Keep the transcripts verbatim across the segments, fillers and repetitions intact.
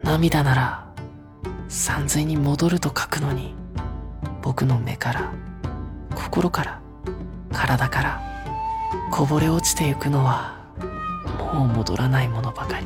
涙なら三髄に戻ると書くのに、僕の目から心から体からこぼれ落ちてゆくのはもう戻らないものばかり。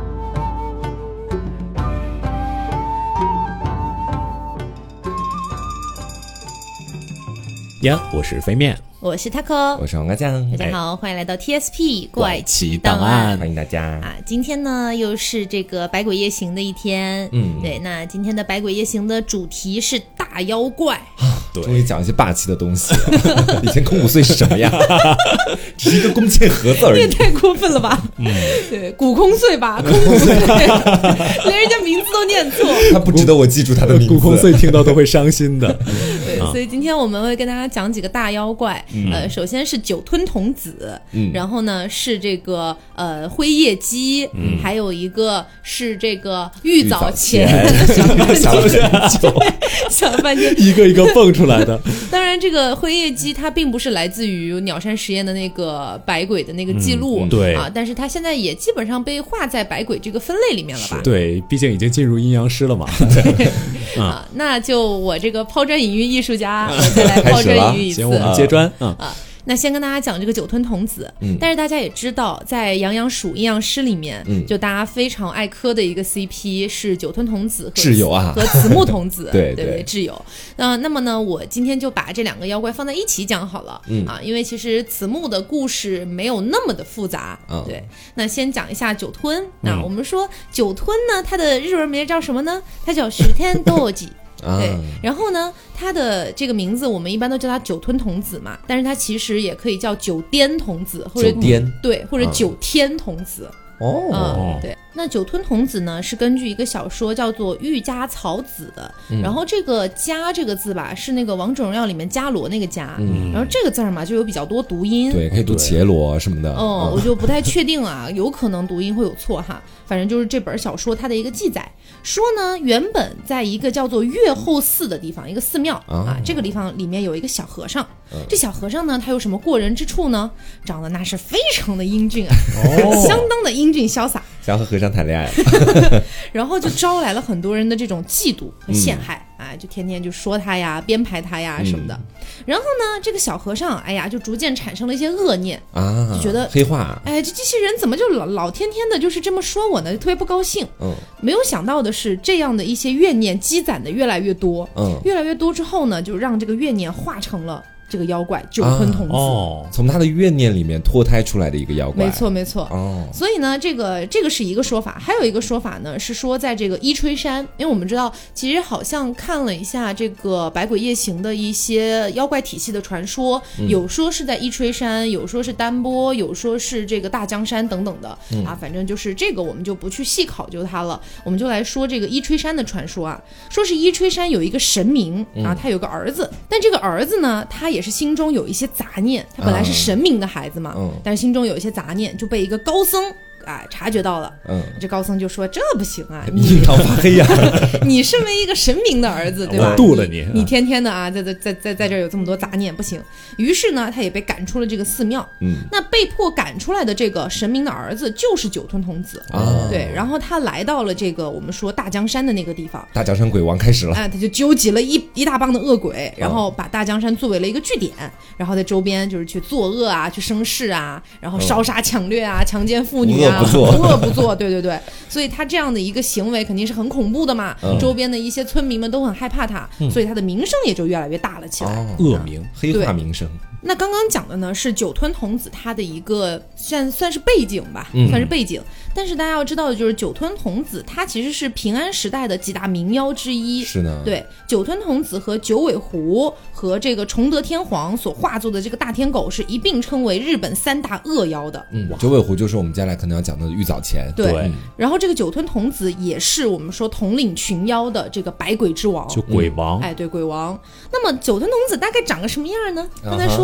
呀，我是飞面， 我是 Taco， 我是黄瓜酱， 大家好，欢迎来到 T S P 怪奇档档案， 欢迎大家啊！今天呢又是这个百鬼夜行的一天， 嗯， 对，那今天的百鬼夜行的主题是大妖怪， 对，终于讲一些霸气的东西了。以前空谷岁是什么呀？只是一个弓箭盒子而已。 你也太过分了吧？嗯，对，古空岁吧，空谷岁，连人家名字都念错， 他不值得我记住他的名字。 古空岁听到都会伤心的。 对，所以今天我们会跟大家讲几个大妖怪。嗯、呃，首先是酒吞童子，嗯，然后呢是这个呃灰夜姬，嗯，还有一个是这个玉藻前。 想了很久， 想了半天， 一个一个蹦出来的。 当然，这个灰夜姬它并不是来自于鸟山实验的那个百鬼的那个记录， 嗯、对啊，但是它现在也基本上被划在百鬼这个分类里面了吧？ 对，毕竟已经进入阴阳师了嘛。 对啊，那就我这个抛砖引玉艺术家，我再来抛砖引玉一次。 行，我们接砖啊。 啊那先跟大家讲这个酒吞童子、嗯、但是大家也知道在阳阳属阴阳师里面、嗯、就大家非常爱磕的一个 C P 是酒吞童子和挚友啊和子木童子对对对挚友、呃、那么呢我今天就把这两个妖怪放在一起讲好了、嗯、啊，因为其实子木的故事没有那么的复杂、嗯、对，那先讲一下酒吞。那、嗯、我们说酒吞呢它的日文名叫什么呢？它叫石天斗吉对，然后呢他的这个名字我们一般都叫他酒吞童子嘛，但是他其实也可以叫酒颠童子或者酒颠对或者酒天童子哦、 嗯，对。那酒吞童子呢是根据一个小说叫做《御家草子》的、嗯、然后这个家这个字吧是那个王者荣耀里面伽罗那个家、嗯、然后这个字嘛就有比较多读音， 对，可以读伽罗什么的。 哦、嗯，我就不太确定啊，有可能读音会有错哈。反正就是这本小说它的一个记载说呢，原本在一个叫做月后寺的地方，一个寺庙、哦、啊，这个地方里面有一个小和尚、嗯、这小和尚呢他有什么过人之处呢？长得那是非常的英俊啊、哦、相当的英俊潇洒， 想和和尚谈恋爱了然后就招来了很多人的这种嫉妒和陷害、嗯、啊，就天天就说他呀编排他呀什么的、嗯、然后呢这个小和尚哎呀就逐渐产生了一些恶念啊，就觉得黑化， 哎这机器人怎么就老老天天的就是这么说我呢，特别不高兴。嗯，没有想到的是这样的一些怨念积攒的越来越多，嗯，越来越多之后呢就让这个怨念化成了这个妖怪酒吞童子、啊哦、从他的怨念里面脱胎出来的一个妖怪， 没错没错、哦、所以呢这个这个是一个说法，还有一个说法呢是说在这个伊吹山，因为我们知道其实好像看了一下这个百鬼夜行的一些妖怪体系的传说、嗯、有说是在伊吹山，有说是丹波，有说是这个大江山等等的、嗯、啊，反正就是这个我们就不去细考究它了，我们就来说这个伊吹山的传说啊，说是伊吹山有一个神明、嗯、啊，他有个儿子，但这个儿子呢他也是心中有一些杂念，他本来是神明的孩子嘛、嗯、但是心中有一些杂念，就被一个高僧啊察觉到了。嗯，这高僧就说这不行啊，你印堂发黑呀、啊、 你身为一个神明的儿子对吧， 我渡了你， 你天天的啊在在在在在这有这么多杂念不行，于是呢他也被赶出了这个寺庙。嗯，那被迫赶出来的这个神明的儿子就是酒吞童子啊，对，然后他来到了这个我们说大江山的那个地方， 大江山鬼王开始了， 哎，他就纠集了一一大帮的恶鬼，然后把大江山作为了一个据点，然后在周边就是去作恶啊，去生事啊，然后烧杀抢掠啊，强奸妇女啊， 无恶不作， 无恶不作，对对对，所以他这样的一个行为肯定是很恐怖的嘛、嗯、周边的一些村民们都很害怕他、嗯、所以他的名声也就越来越大了起来、 哦、恶名，黑化名声。 那刚刚讲的呢是酒吞童子他的一个算算是背景吧、嗯、算是背景，但是大家要知道的就是酒吞童子他其实是平安时代的几大名妖之一， 是呢， 对，酒吞童子和九尾狐和这个崇德天皇所化作的这个大天狗是一并称为日本三大恶妖的。 嗯，九尾狐就是我们接下来可能要讲的玉藻前， 对, 对、嗯、然后这个酒吞童子也是我们说统领群妖的这个百鬼之王， 就鬼王、 嗯、哎对，鬼王。那么酒吞童子大概长个什么样呢？刚才说了、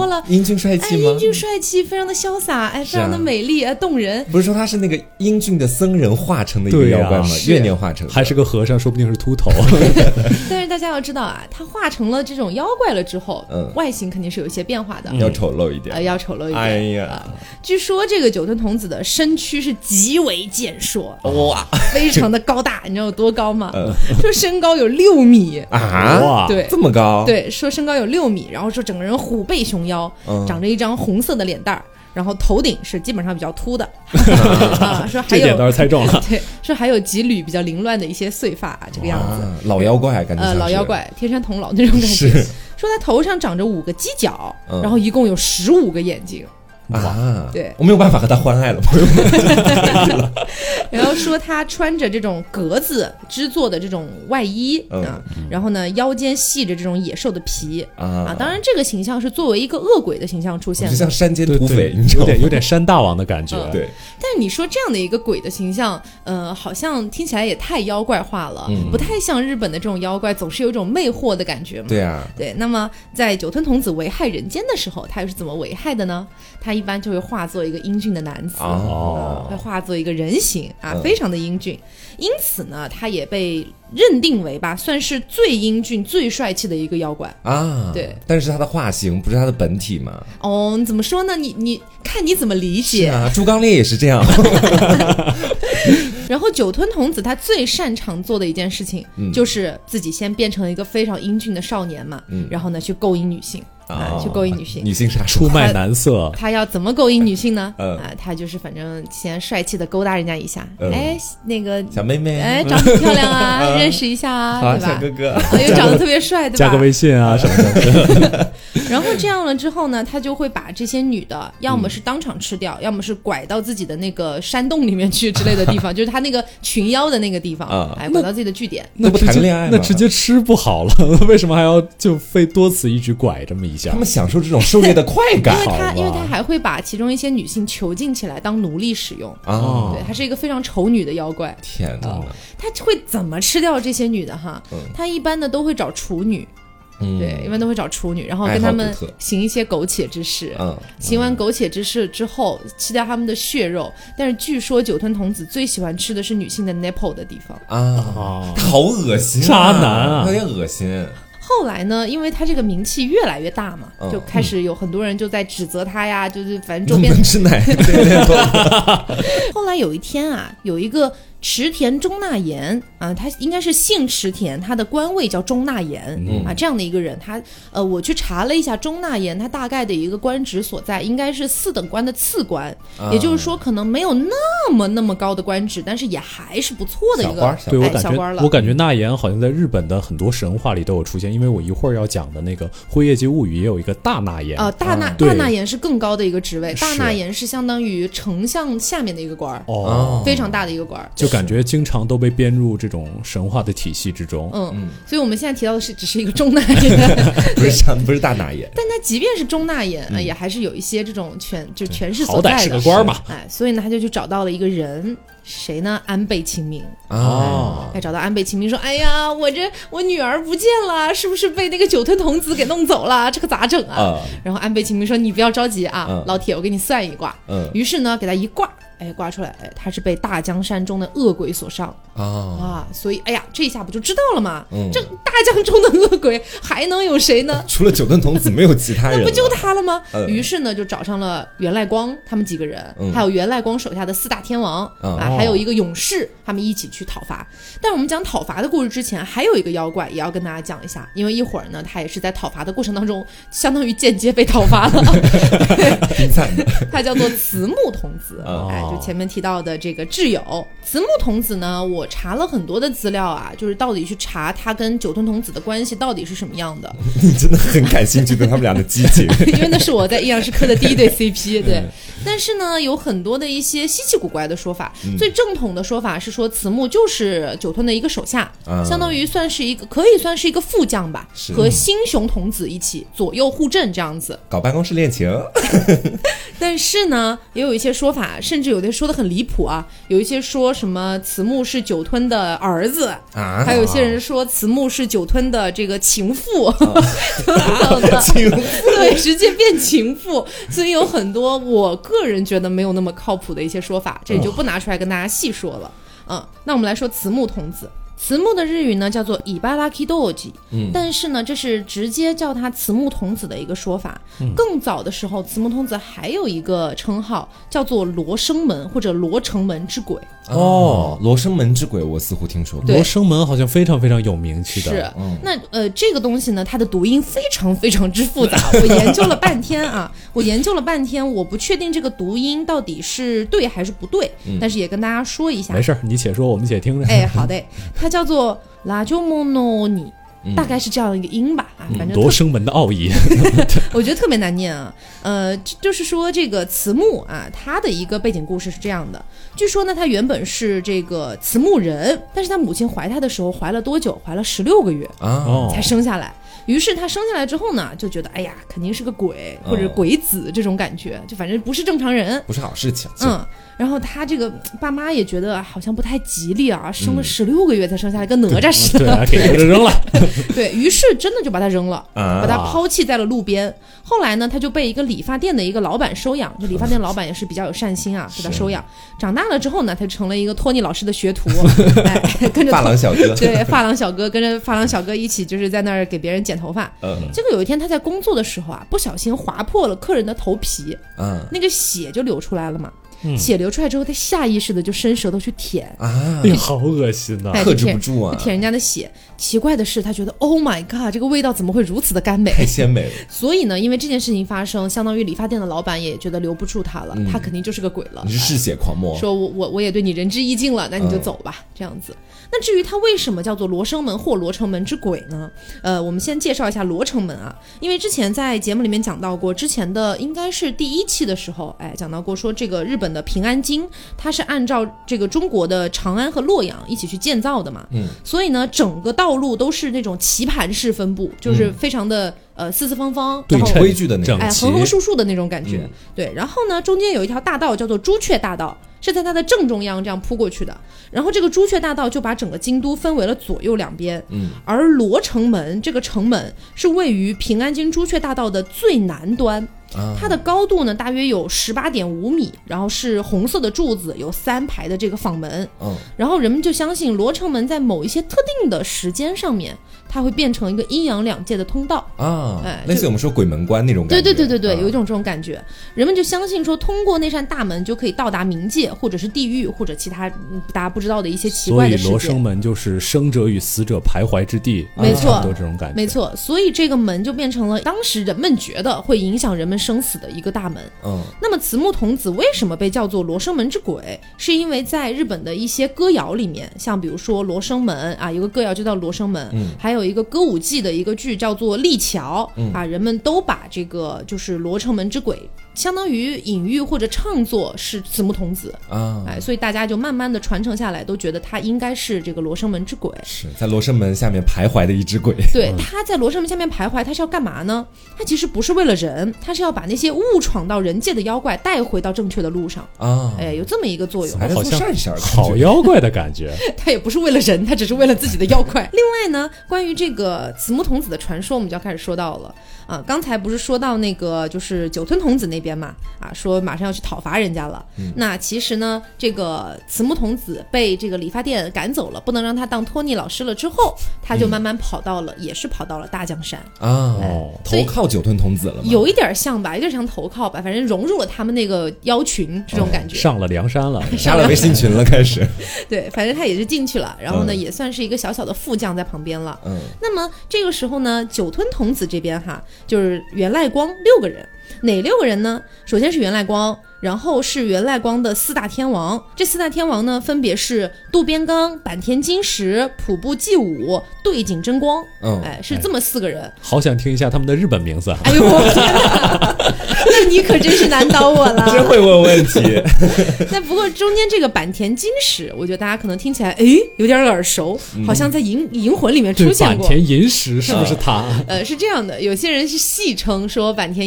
了， 英俊帅气哎， 吗？ 英俊帅气，非常的潇洒，哎，非常的美丽，哎，动人。 不是说他是那个英俊的僧人化成的一个对啊妖怪吗？ 是月年化成的， 还是个和尚，说不定是秃头。 但是大家要知道啊，他化成了这种妖怪了之后， 嗯外形肯定是有一些变化的， 要丑陋一点。 呃，要丑陋一点。 哎呀啊据说这个九吞童子的身躯是极为健硕， 哇非常的高大，你知道有多高吗？ 嗯说身高有六米。 啊！ 哇， 对这么高？， 对，说身高有六米，然后说整个人虎背熊腰， 嗯长着一张红色的脸蛋儿，然后头顶是基本上比较秃的，啊，说还这点倒有是猜中了。 对，说还有几缕比较凌乱的一些碎发，啊，这个样子。 啊，老妖怪感觉像呃， 是老妖怪，天山童姥那种感觉。 是说他头上长着五个犄角， 嗯然后一共有十五个眼睛。 啊， 对我没有办法和他欢爱了，朋友们。 然后说他穿着这种格子织作的这种外衣、 嗯啊，然后呢腰间系着这种野兽的皮啊当然这个形象是作为一个恶鬼的形象出现的。 就像山间对土匪， 对， 你知道吗？ 有点有点山大王的感觉。 嗯对， 但是你说这样的一个鬼的形象，呃，好像听起来也太妖怪化了， 嗯不太像日本的这种妖怪，总是有一种魅惑的感觉嘛。 对啊， 对，那么在九吞童子危害人间的时候，他又是怎么危害的呢？他一般就会化作一个英俊的男子， 哦会化作一个人形啊， 嗯非常的英俊。因此呢，他也被认定为吧，算是最英俊、最帅气的一个妖怪。 啊， 对， 但是他的化形不是他的本体嘛？ 哦，你怎么说呢？你你看你怎么理解？ 是啊，猪刚鬣也是这样。 然后九吞童子他最擅长做的一件事情， 嗯就是自己先变成一个非常英俊的少年嘛， 嗯然后呢去勾引女性。啊， 哦去勾引女性。 女性杀手出卖男色， 他要怎么勾引女性呢？ 嗯啊，他就是反正先帅气的勾搭人家一下， 嗯哎，那个， 小妹妹， 哎，长得漂亮啊，认识一下啊， 好， 对吧？ 小哥哥， 啊又长得特别帅，对吧？ 加个微信啊什么的。 然后这样了之后呢，他就会把这些女的，要么是当场吃掉，要么是拐到自己的那个山洞里面去之类的地方，就是他那个群妖的那个地方， 啊哎，拐到自己的据点。 那不直接谈恋爱吗那直接吃不好了，为什么还要就费多此一举拐这么一下他？们享受这种狩猎的快因感为他， 好吧因为他还会把其中一些女性囚禁起来当奴隶使用， 啊！ 对，他是一个非常丑女的妖怪。 天哪， 他会怎么吃掉这些女的哈？ 嗯他一般呢都会找处女， 嗯对，一般都会找处女，然后跟他们爱好独特行一些苟且之事。 嗯， 行完苟且之事之后，吃掉他们的血肉，但是据说九吞童子最喜欢吃的是女性的 nipple 的地方。 啊， 啊， 他好恶心啊， 渣男啊有点恶心。 后来呢，因为他这个名气越来越大嘛， 嗯就开始有很多人就在指责他呀，就是反正周能不边能吃奶？ 后来有一天啊，有一个池田中纳言啊，他应该是姓池田，他的官位叫中纳言、 嗯啊，这样的一个人，他呃，我去查了一下中纳言，他大概的一个官职所在应该是四等官的次官， 啊也就是说可能没有那么那么高的官职，但是也还是不错的一个小官儿小哎对我感小官了。 觉，我感觉纳言好像在日本的很多神话里都有出现，因为我一会儿要讲的那个《辉夜姬物语》也有一个大纳言啊，大纳、 啊对大纳言是更高的一个职位， 是大纳言是相当于丞相下面的一个官儿， 哦， 非常大的一个官儿， 就感觉经常都被编入这种神话的体系之中。 嗯，所以我们现在提到的是只是一个中纳言， 不是上不是大哪爷， 但他即便是中纳言，呃也还是有一些这种权就权势所好歹是在的个官儿嘛。 哎，所以呢，他就去找到了一个人，谁呢？安倍晴明。 哦， 哎，找到安倍晴明说：“哎呀，我这我女儿不见了，是不是被那个九吞童子给弄走了？这可咋整啊？” 啊然后安倍晴明说：“你不要着急啊， 嗯老铁，我给你算一卦。 嗯于是呢，给他一卦，哎，卦出来，哎，他是被大江山中的恶鬼所伤啊， 啊，所以哎呀，这下不就知道了吗？ 嗯这大江中的恶鬼还能有谁呢？ 除了九顿童子没有其他人了， 那不就他了吗？ 嗯于是呢，就找上了源赖光他们几个人， 嗯还有源赖光手下的四大天王、 嗯啊，还有一个勇士，他们一起去讨伐。但我们讲讨伐的故事之前，还有一个妖怪也要跟大家讲一下，因为一会儿呢，他也是在讨伐的过程当中，相当于间接被讨伐了。 挺惨的。 他叫做慈木童子， 哦哎，就前面提到的这个挚友慈木童子呢，我查了很多的资料啊，就是到底去查他跟九吞童子的关系到底是什么样的。 你真的很感兴趣对他们俩的激情。 因为那是我在阴阳师科的第一对 C P， 对。但是呢，有很多的一些稀奇古怪的说法。最正统的说法是说，慈木就是九吞的一个手下， 啊相当于算是一个可以算是一个副将吧， 是和星熊童子一起左右互阵这样子。 搞办公室恋情， 但是呢，也有一些说法，甚至有的说的很离谱啊，有一些说什么慈木是九酒吞的儿子， 啊， 还有些人说慈母是酒吞的这个情妇，等等的， 情妇对，直接变情妇，所以有很多我个人觉得没有那么靠谱的一些说法，这里就不拿出来跟大家细说了。嗯，那我们来说慈母童子。慈母的日语呢叫做伊巴拉基多吉，但是呢这是直接叫他慈母童子的一个说法。嗯、更早的时候，慈母童子还有一个称号叫做罗生门或者罗城门之鬼。 哦，罗生门之鬼我似乎听说过。 罗生门好像非常非常有名气的。 是，嗯、那呃这个东西呢，它的读音非常非常之复杂，我研究了半天啊，我研究了半天，我不确定这个读音到底是对还是不对，嗯、但是也跟大家说一下。 没事，你且说，我们且听着。 哎，好的，它叫做拉鸠莫诺尼。大概是这样一个音吧，啊，反正罗生门的奥义， 我觉得特别难念啊。呃，就是说这个慈母啊，他的一个背景故事是这样的。据说呢，他原本是这个慈母人，但是他母亲怀他的时候怀了多久？怀了十六个月啊，才生下来。于是他生下来之后呢，就觉得哎呀，肯定是个鬼或者鬼子这种感觉，就反正不是正常人， 不是好事情。 嗯。然后他这个爸妈也觉得好像不太吉利啊，生了十六个月才生下来，跟哪吒似的， 对啊，给他扔了。 对，于是真的就把他扔了，把他抛弃在了路边。后来呢，他就被一个理发店的一个老板收养，这理发店老板也是比较有善心啊，给他收养。长大了之后呢，他成了一个托尼老师的学徒，哎，跟着发廊小哥， 对，发廊小哥跟着发廊小哥一起就是在那儿给别人剪头发。嗯，结果有一天他在工作的时候啊，不小心划破了客人的头皮，嗯，那个血就流出来了嘛。嗯、血流出来之后，他下意识的就伸舌头去舔啊，哎，好恶心呐、 啊， 克制不住啊， 舔人家的血。奇怪的是，他觉得 Oh my God， 这个味道怎么会如此的甘美， 太鲜美了。 所以呢，因为这件事情发生，相当于理发店的老板也觉得留不住他了，嗯、他肯定就是个鬼了。 你是嗜血狂魔， 说我我我也对你仁至义尽了，那你就走吧，嗯、这样子。那至于他为什么叫做罗生门或罗城门之鬼呢？呃，我们先介绍一下罗城门啊，因为之前在节目里面讲到过，之前的应该是第一期的时候，哎，讲到过说这个日本的平安京，它是按照这个中国的长安和洛阳一起去建造的嘛，嗯，所以呢，整个道路都是那种棋盘式分布，就是非常的。嗯呃，四四方方， 对规矩的那种， 哎，横横竖竖的那种感觉，嗯、对。然后呢，中间有一条大道叫做朱雀大道，是在它的正中央这样铺过去的。然后这个朱雀大道就把整个京都分为了左右两边，嗯。而罗城门这个城门是位于平安京朱雀大道的最南端。它的高度呢大约有十八点五米，然后是红色的柱子，有三排的这个坊门。嗯，然后人们就相信罗城门在某一些特定的时间上面，它会变成一个阴阳两界的通道啊，哎，类似我们说鬼门关那种感觉。 对对对对对，有一种这种感觉。人们就相信说，通过那扇大门就可以到达冥界，或者是地狱，或者其他大家不知道的一些奇怪的世界。 所以罗生门就是生者与死者徘徊之地， 没错， 差不多这种感觉。 没错，所以这个门就变成了当时人们觉得会影响人们生死的一个大门。嗯，那么慈母童子为什么被叫做罗生门之鬼？是因为在日本的一些歌谣里面，像比如说罗生门啊，有个歌谣就叫罗生门，嗯，还有一个歌舞伎的一个剧叫做立桥，嗯、啊，人们都把这个就是罗城门之鬼相当于隐喻或者唱作是慈母童子啊，哎，所以大家就慢慢的传承下来，都觉得他应该是这个罗生门之鬼， 是在罗生门下面徘徊的一只鬼。 对，他在罗生门下面徘徊，他是要干嘛呢？他其实不是为了人，他是要把那些误闯到人界的妖怪带回到正确的路上啊，哎，有这么一个作用， 好像好妖怪的感觉。 他也不是为了人，他只是为了自己的妖怪。另外呢，关于这个慈母童子的传说，我们就要开始说到了啊。刚才不是说到那个就是酒吞童子那边嘛，啊，说马上要去讨伐人家了。嗯、那其实呢，这个慈母童子被这个理发店赶走了，不能让他当托尼老师了之后，他就慢慢跑到了，嗯、也是跑到了大江山啊，哎、投靠酒吞童子了吗？ 有一点像吧，有点像投靠吧，反正融入了他们那个妖群这种感觉， 哦、上了梁山了， 加了微信群了，开始。 对，反正他也是进去了，然后呢，嗯、也算是一个小小的副将在旁边了。嗯，那么这个时候呢，酒吞童子这边哈，就是源赖光六个人。哪六个人呢？首先是源赖光，然后是源赖光的四大天王。这四大天王呢，分别是渡边刚、坂田金时、浦部纪武、对井真光。嗯，哎，是这么四个人。哎、 好想听一下他们的日本名字。 哎呦，我天哪！那你可真是难倒我了， 真会问问题。 那不过中间这个坂田金时，我觉得大家可能听起来，哎，有点耳熟，嗯、好像在银银魂里面出现过。 坂田银时是不是他？ 呃，是这样的，有些人是戏称说坂田银时是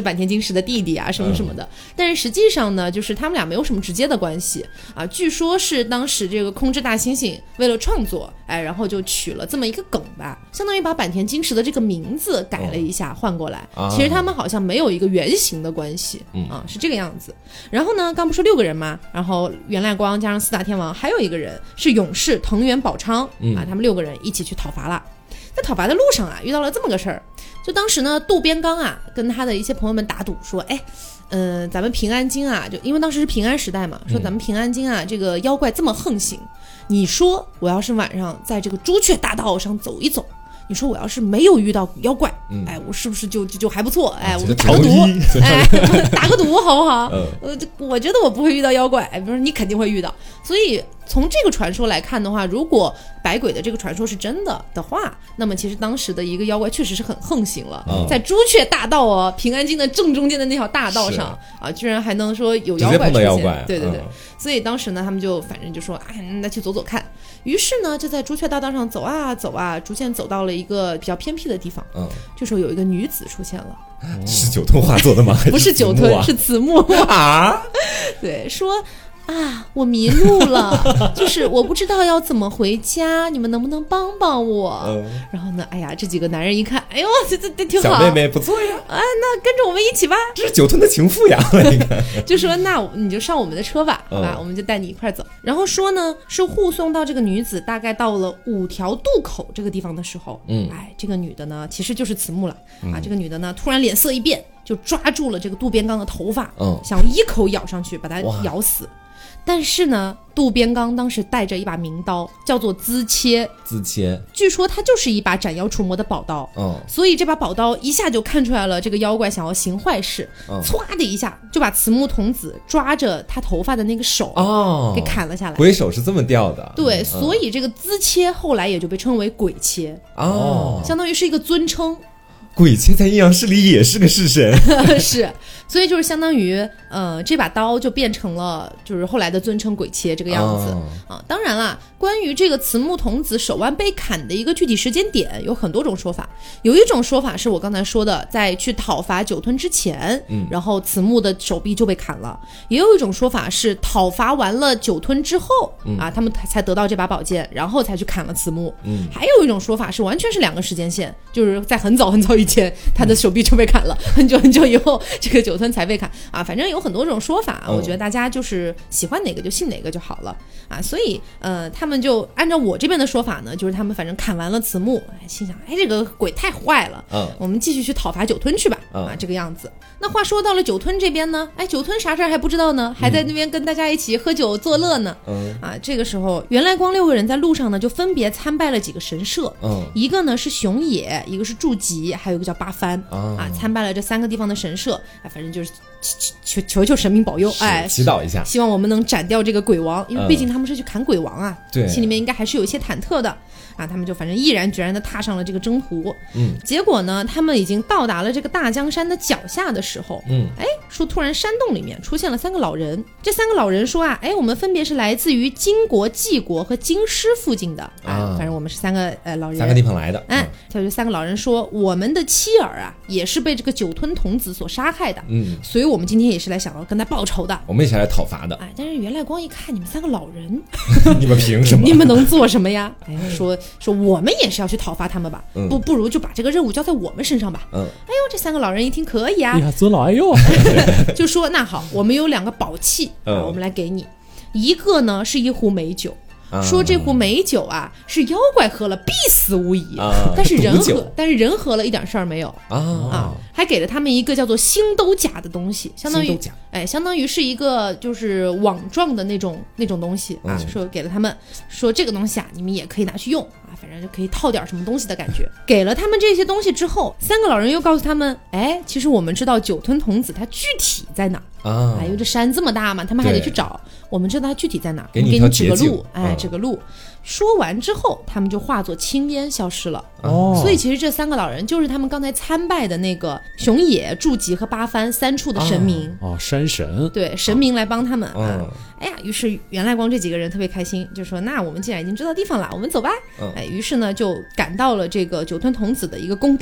坂田金时的弟弟啊，什么什么的。嗯、但是实际上呢，就是他们俩没有什么直接的关系啊。据说是当时这个空之大猩猩为了创作，哎，然后就取了这么一个梗吧，相当于把坂田金时的这个名字改了一下，换、哦、过来。其实他们好像没有一个原型的关系、嗯、啊，是这个样子。然后呢，刚不说六个人吗？然后源赖光加上四大天王，还有一个人是勇士藤原宝昌、嗯、啊，他们六个人一起去讨伐了。在讨伐的路上啊，遇到了这么个事儿。就当时呢，渡边刚啊跟他的一些朋友们打赌说，哎，嗯、呃，咱们平安京啊，就因为当时是平安时代嘛，说咱们平安京啊，这个妖怪这么横行，你说我要是晚上在这个朱雀大道上走一走，你说我要是没有遇到妖怪，嗯、哎，我是不是就就就还不错？哎，我就打个赌，哎，打个赌好不好？嗯、呃，我觉得我不会遇到妖怪，哎，比如说你肯定会遇到。所以从这个传说来看的话，如果百鬼的这个传说是真的的话，那么其实当时的一个妖怪确实是很横行了，嗯、在朱雀大道哦，平安京的正中间的那条大道上啊，居然还能说有妖怪出现， 妖怪对对对。 嗯、 所以当时呢，他们就反正就说，哎，那去走走看。于是呢，就在朱雀大道上走啊走啊，逐渐走到了一个比较偏僻的地方。嗯，这时候有一个女子出现了， 是九吞化作的吗？ 不是九吞，是慈木啊。 对，说啊，我迷路了，就是我不知道要怎么回家，你们能不能帮帮我？嗯、然后呢，哎呀，这几个男人一看，哎呦，这这这挺好， 小妹妹不错呀， 啊，那跟着我们一起吧。 这是九吞的情妇呀， 就说那你就上我们的车吧，好吧，嗯、我们就带你一块走。然后说呢，是护送到这个女子大概到了五条渡口这个地方的时候，嗯，哎，这个女的呢，其实就是慈木了、嗯、啊。这个女的呢，突然脸色一变，就抓住了这个渡边刚的头发，嗯，想一口咬上去把他咬死。但是呢，渡边刚当时带着一把名刀，叫做资切。 资切， 据说它就是一把斩妖除魔的宝刀。嗯，所以这把宝刀一下就看出来了，这个妖怪想要行坏事，嗯、唰的一下就把慈木童子抓着他头发的那个手哦给砍了下来。 鬼手是这么掉的。 对，嗯、所以这个资切后来也就被称为鬼切哦，相当于是一个尊称。 鬼切在阴阳师里也是个式神是，所以就是相当于呃这把刀就变成了就是后来的尊称鬼切这个样子、哦、啊。当然啦，关于这个慈木童子手腕被砍的一个具体时间点有很多种说法，有一种说法是我刚才说的，在去讨伐九吞之前、嗯、然后慈木的手臂就被砍了，也有一种说法是讨伐完了九吞之后、嗯、啊他们才得到这把宝剑，然后才去砍了慈木、嗯、还有一种说法是完全是两个时间线，就是在很早很早以前他的手臂就被砍了、嗯、很久很久以后这个九吞才被砍啊，反正有很多种说法、嗯、我觉得大家就是喜欢哪个就信哪个就好了啊。所以呃他们就按照我这边的说法呢，就是他们反正砍完了慈木，哎，心想哎这个鬼太坏了，嗯，我们继续去讨伐九吞去吧、嗯、啊这个样子。那话说到了九吞这边呢，哎九吞啥事儿还不知道呢，还在那边跟大家一起喝酒作乐呢，嗯啊这个时候源赖光六个人在路上呢就分别参拜了几个神社，嗯，一个呢是熊野，一个是筑吉，还有一个叫八幡、哦、啊，参拜了这三个地方的神社，哎，反正就是求求求神明保佑，哎， 祈祷一下， 希望我们能斩掉这个鬼王，因为毕竟他们是去砍鬼王啊，对、嗯，心里面应该还是有一些忐忑的啊。他们就反正毅然决然的踏上了这个征途，嗯，结果呢，他们已经到达了这个大江山的脚下的时候，嗯，哎，说突然山洞里面出现了三个老人，这三个老人说啊，哎，我们分别是来自于金国、纪国和京师附近的啊，啊反正我们是三个呃老人， 三个地方来的， 哎，他就三个老人说，我们的妻儿啊也是被这个九吞童子所杀害的，嗯，所以我们今天也是来想要跟他报仇的， 我们一起来讨伐的， 哎，但是源赖光一看你们三个老人， 你们凭什么？ 你们能做什么呀？哎，说说我们也是要去讨伐他们吧，嗯、不不如就把这个任务交在我们身上吧。嗯，哎呦，这三个老人一听可以啊， 呀，尊老爱幼， 就说那好，我们有两个宝器，嗯、我们来给你，一个呢是一壶美酒。说这壶美酒啊是妖怪喝了必死无疑、啊、但是人喝但是人喝了一点事儿没有啊啊，还给了他们一个叫做星斗甲的东西，相当于哎相当于是一个就是网状的那种那种东西啊、嗯、说给了他们，说这个东西啊你们也可以拿去用啊，反正就可以套点什么东西的感觉。给了他们这些东西之后，三个老人又告诉他们，哎，其实我们知道九吞童子他具体在哪啊，因为这山这么大嘛，他们还得去找，我们知道他具体在哪， 给你给你指个路，哎， 嗯、 指个路。说完之后，他们就化作青烟消失了。哦，所以其实这三个老人就是他们刚才参拜的那个熊野、筑吉和八幡三处的神明。 哦，哦山神。 对，神明来帮他们、哦、啊。哎呀，于是源赖光这几个人特别开心，就说：“那我们既然已经知道地方了，我们走吧。嗯”哎，于是呢就赶到了这个九吞童子的一个宫殿，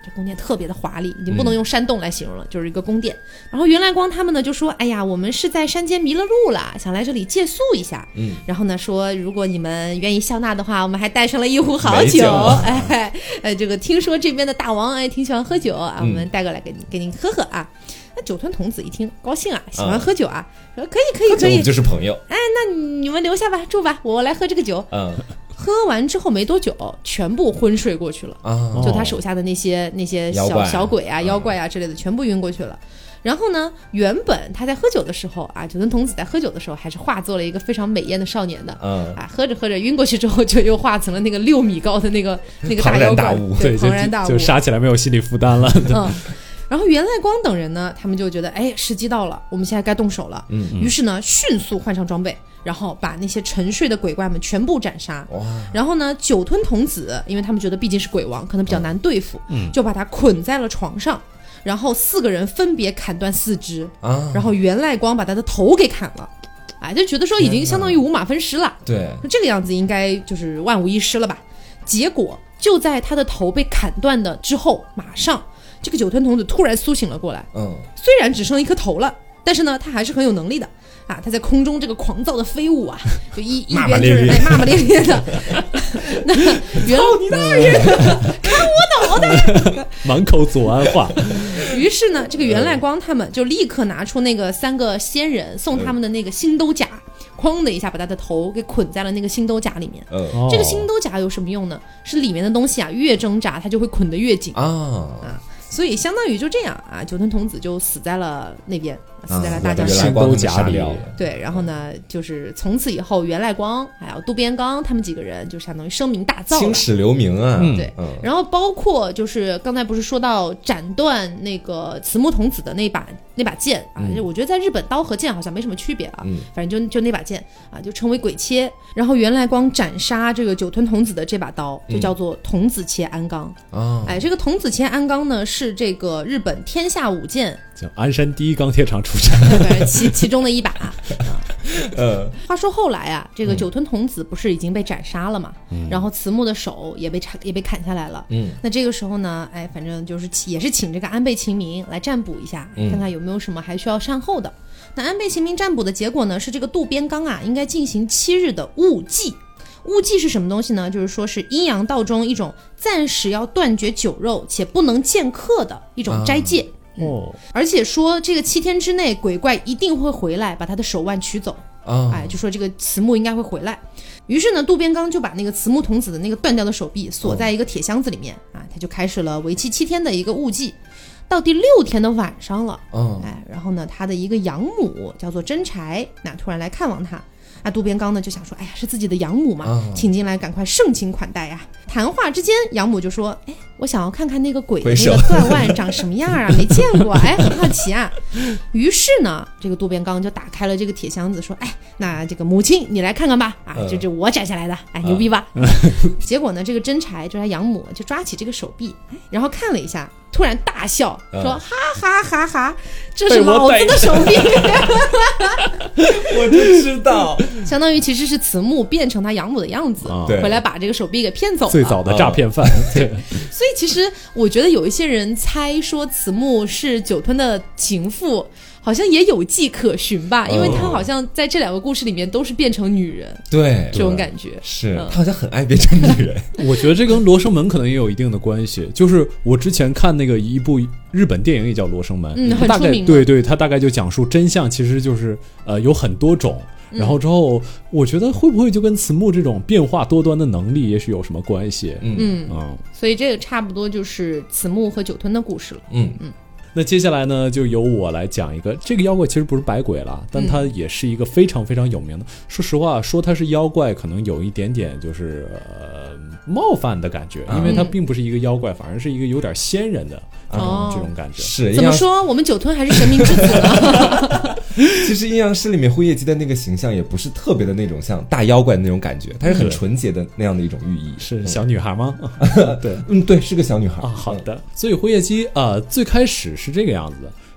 这宫殿特别的华丽，已经不能用山洞来形容了，嗯、就是一个宫殿。然后袁来光他们呢就说，哎呀，我们是在山间迷了路了，想来这里借宿一下。嗯，然后呢说，如果你们愿意笑纳的话，我们还带上了一壶好酒。哎，哎，这个听说这边的大王哎挺喜欢喝酒啊，我们带过来给你给你喝喝啊。那酒吞童子一听高兴啊，喜欢喝酒啊，嗯、说可以可以可以， 我们就是朋友。 哎，那你们留下吧，住吧，我来喝这个酒。嗯。喝完之后没多久，全部昏睡过去了。啊、就他手下的那些那些小小鬼啊、妖怪啊之类的，全部晕过去了。然后呢，原本他在喝酒的时候啊，酒吞童子在喝酒的时候，还是化作了一个非常美艳的少年的。嗯，啊，喝着喝着晕过去之后，就又化成了那个六米高的那个那个大妖怪，对，庞然大物， 就杀起来没有心理负担了。 嗯。然后袁赖光等人呢，他们就觉得，哎，时机到了，我们现在该动手了。嗯，于是呢，迅速换上装备，然后把那些沉睡的鬼怪们全部斩杀。哇！然后呢，酒吞童子，因为他们觉得毕竟是鬼王，可能比较难对付，嗯，就把他捆在了床上，然后四个人分别砍断四肢，啊，然后袁赖光把他的头给砍了。哎，就觉得说已经相当于五马分尸了。 对， 这个样子应该就是万无一失了吧？结果就在他的头被砍断的之后，马上。这个酒吞童子突然苏醒了过来，嗯，虽然只剩一颗头了，但是呢，他还是很有能力的啊！他在空中这个狂躁的飞舞啊，就一一边就是哎骂骂咧咧的，那袁你大人，看我脑袋， 满口左安话。 于是呢，这个袁赖光他们就立刻拿出那个三个仙人送他们的那个星斗甲，哐的一下把他的头给捆在了那个星斗甲里面。嗯，这个星斗甲有什么用呢？是里面的东西啊，越挣扎它就会捆得越紧啊啊。所以相当于就这样啊，酒吞童子就死在了那边，死在了大将星斗甲里。 对，然后呢，就是从此以后，袁赖光还有渡边刚他们几个人就相当于声名大噪了， 青史留名啊。 嗯、对、嗯，然后包括就是刚才不是说到斩断那个慈木童子的那把那把剑啊，嗯、我觉得在日本刀和剑好像没什么区别啊，嗯、反正就就那把剑啊，就称为鬼切。然后袁赖光斩杀这个酒吞童子的这把刀就叫做童子切鞍钢。嗯、哎，这个童子切鞍钢呢是这个日本天下武剑。 叫鞍山第一钢铁厂出产， 对，其其中的一把。呃，话说后来啊，这个酒吞童子不是已经被斩杀了嘛，嗯、然后慈木的手也被砍也被砍下来了。嗯，那这个时候呢，哎，反正就是也是请这个安倍晴明来占卜一下，嗯、看看有没有什么还需要善后的。那安倍晴明占卜的结果呢，是这个渡边刚啊，应该进行七日的雾祭。雾祭是什么东西呢？就是说是阴阳道中一种暂时要断绝酒肉且不能见客的一种斋戒。啊哦，而且说这个七天之内鬼怪一定会回来把他的手腕取走。哦，哎，就说这个慈木应该会回来。于是呢，渡边刚就把那个慈木童子的那个断掉的手臂锁在一个铁箱子里面。哦、啊，他就开始了为期七天的一个雾祭。到第六天的晚上了，哦，哎，然后呢，他的一个养母叫做真柴，那突然来看望他。啊，渡边刚呢就想说，哎呀，是自己的养母嘛，哦、请进来，赶快盛情款待呀。谈话之间，养母就说，哎，我想要看看那个鬼的那个断腕长什么样啊，没见过，哎，很好奇啊。于是呢，这个渡边刚就打开了这个铁箱子，说，哎，那这个母亲你来看看吧，啊，这这我斩下来的，哎，牛逼吧？嗯、结果呢，这个真柴就是他养母，就抓起这个手臂，然后看了一下。突然大笑说、嗯、哈哈哈哈，这是老子的手臂。 我就知道， 相当于其实是慈木变成他养母的样子、哦、回来把这个手臂给骗走了， 最早的诈骗犯、哦、对。 所以其实我觉得有一些人猜说慈木是酒吞的情妇，好像也有迹可循吧，因为他好像在这两个故事里面都是变成女人， 对， 这种感觉是、嗯、他好像很爱变成女人。 我觉得这跟罗生门可能也有一定的关系，就是我之前看那个一部日本电影也叫罗生门， 嗯，很大概出名， 对对，他大概就讲述真相其实就是呃有很多种。然后之后，我觉得会不会就跟慈木这种变化多端的能力，也许有什么关系？ 嗯嗯，嗯所以这个差不多就是慈木和酒吞的故事了。 嗯嗯。那接下来呢，就由我来讲一个，这个妖怪其实不是百鬼了，但它也是一个非常非常有名的。嗯、说实话，说它是妖怪，可能有一点点就是呃冒犯的感觉，因为它并不是一个妖怪，反而是一个有点仙人的啊、嗯、这种感觉。 是怎么说？我们酒吞还是神明之子呢？ 其实阴阳师里面辉夜姬的那个形象也不是特别的那种像大妖怪的那种感觉，它是很纯洁的那样的一种寓意。 是小女孩吗？ 对，嗯，对，是个小女孩啊。好的，所以辉夜姬啊、呃，最开始是这个样子的。